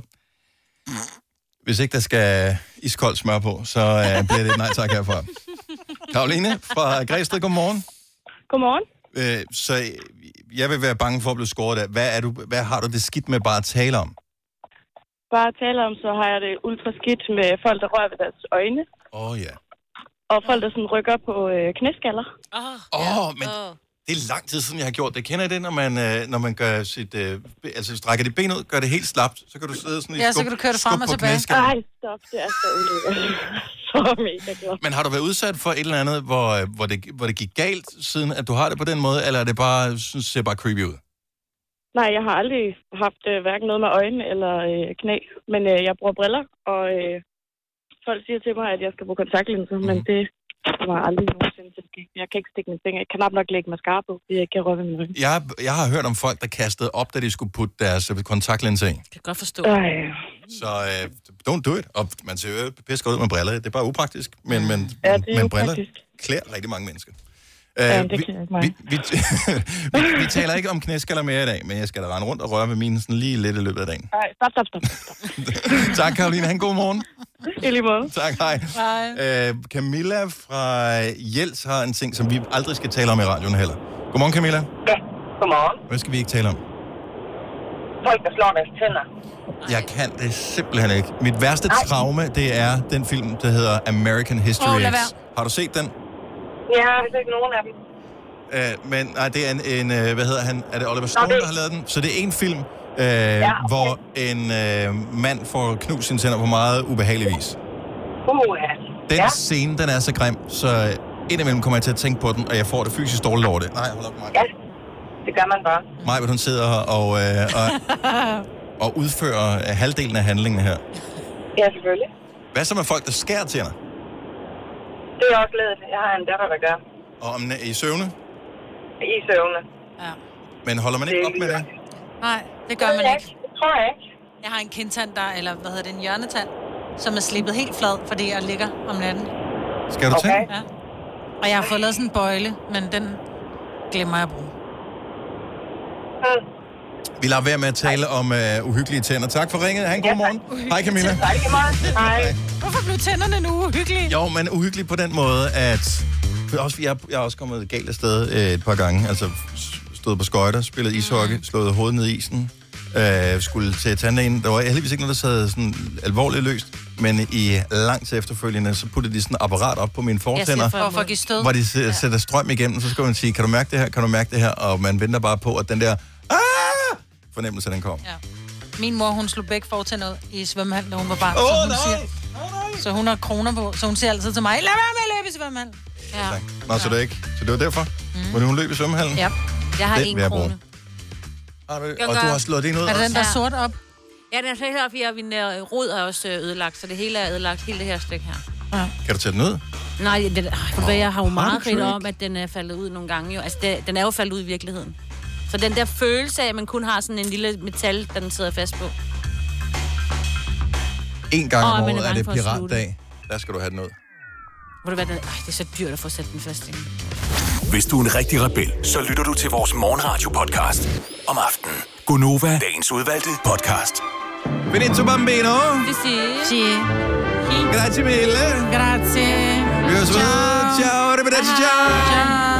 Hvis ikke der skal iskoldt smør på, så øh, bliver det et nej tak herfra. Karoline fra Græsted, godmorgen. Godmorgen. Øh, så jeg vil være bange for at blive skåret af. Hvad, er du, hvad har du det skidt med bare at tale om? Bare at tale om, så har jeg det ultra skidt med folk, der rører ved deres øjne. Åh, oh, ja. Og folk, der sådan rykker på øh, knæskaller. Åh, oh, oh, men det er lang tid siden, jeg har gjort det. Kender I det, når man, øh, når man gør sit... Øh, altså strækker dit ben ud, gør det helt slapt, så kan du sidde sådan i ja, skub, så kan du køre det frem og tilbage. Ej, stop. Det er så ulækkert. Så mega glad. Men har du været udsat for et eller andet, hvor, hvor, det, hvor det gik galt, siden at du har det på den måde, eller er det bare, synes, ser bare creepy ud? Nej, jeg har aldrig haft øh, hverken noget med øjne eller øh, knæ. Men øh, jeg bruger briller, og øh, folk siger til mig, at jeg skal bruge kontaktlinser, mm. men det... Det var aldrig nogensinde til ske. Jeg kan ikke stikke mine fingre. Jeg kan knap nok lægge mascara på, fordi jeg ikke kan røre ved mine øjne. Jeg, jeg har hørt om folk, der kastede op, da de skulle putte deres kontaktlinser i. Det kan godt forstå. Ej. Så uh, don't do it. Og man ser jo pisker ud med briller. Det er bare upraktisk. Men, men, ja, det er men upraktisk. briller klæder rigtig mange mennesker. Ja, uh, det vi, klæder ikke mig. Vi, vi, vi, vi taler ikke om knæskaller mere i dag, men jeg skal da rende rundt og røre ved mine sådan lige lidt i løbet af dagen. Nej, stop, stop, stop. stop. Tak, Karoline. Han god morgen. I lige måde. Tak, hej. Hej. Uh, Camilla fra Jels har en ting, som vi aldrig skal tale om i radioen heller. Godmorgen, Camilla. Ja, godmorgen. Hvad skal vi ikke tale om? Folk, der slår deres tænder. Jeg kan det simpelthen ikke. Mit værste Ej. traume, det er den film, der hedder American History Åh, X. Har du set den? Ja, jeg har ikke nogen af dem. Uh, men nej, det er en, en uh, hvad hedder han? Er det Oliver Stone, Nå, det... der har lavet den? Så det er en film, uh, ja, okay. hvor en uh, mand får knust sine tænder på meget ubehagelig vis. Uh, ja. Den ja. scene, den er så grim, så indimellem kommer jeg til at tænke på den, og jeg får det fysisk dårligt over det. Nej, hold op, Maja. Ja, det gør man bare. Maja, hun sidder her og, øh, og, og udfører halvdelen af handlingen her. Ja, selvfølgelig. Hvad så med folk, der skærer tænder? Det er også ledet. Jeg har en datter, der gør. Og om i søvne? I søvne. Ja. Men holder man ikke op med det? Nej, det gør Det man ved jeg ikke. ikke. Tror jeg ikke. Jeg har en kindtand, der, eller hvad hedder det, en hjørnetand, som er slippet helt flad, fordi jeg ligger om natten. Skal du tage? Ja. Og jeg har fået lavet sådan en bøjle, men den glemmer jeg at bruge. Vi lader være med at tale om uh, uhyggelige tænder. Tak for ringet. Ha' en god morgen. Hej Camilla. Tak i morgen. Hej. Hvorfor blev tænderne nu uhyggelige? Jo, men uhyggeligt på den måde, at... For også, jeg, jeg er også kommet galt af sted øh, et par gange. Altså stået på skøjter, spillet ishockey, slået hovedet ned i isen. Øh, skulle til tandlægen. Der var heldigvis ikke noget, der sad sådan alvorligt løst. Men i lang tid efterfølgende, så puttede de sådan et apparat op på mine fortænder. For, for at give stød. Hvor de s- ja. sætter strøm igennem, så skal man sige, kan du mærke det her, kan du mærke det her? Og man venter bare på, at den der ah! fornemmelse, den kom. Ja. Min mor, hun slog begge fortænder ud i svømmehallen, da hun var barn. Åh, så, hun nej! siger, så hun har kroner på, så hun siger altid til mig, lad være med at løbe i svømmehallen. Ja. Nå, så det er ikke. Så det var derfor. Mm. Hvor hun løb i svømmehallen? Ja. Jeg har Den en vil jeg bruge. krone. Og, og du har slået det ind ud Er det den, der er Ja. sort op? Ja, den er så helt op, fordi min øh, rod er også øh, ødelagt, så det hele er ødelagt, hele det her stykke her. Ja. Kan du tage den ud? Nej, den, øh, oh, jeg har jo meget du rig ikke? om, at den er faldet ud nogle gange. Jo. Altså, det, den er jo faldet ud i virkeligheden. Så den der følelse af, at man kun har sådan en lille metal, der den sidder fast på. En gang Åh, om man er året er bange det for at slutte. piratdag. Der skal du have den ud. Hvor det, den, øh, det er så dyrt at få sat den fast ind. Hvis du er en rigtig rebel, så lytter du til vores morgenradio-podcast om aftenen. Gunova, dagens udvalgte podcast. Benito Bambino. Det siger. Sì. Grazie mille. Grazie. Vi høres ved. Ciao. Ciao. Ciao. Ciao.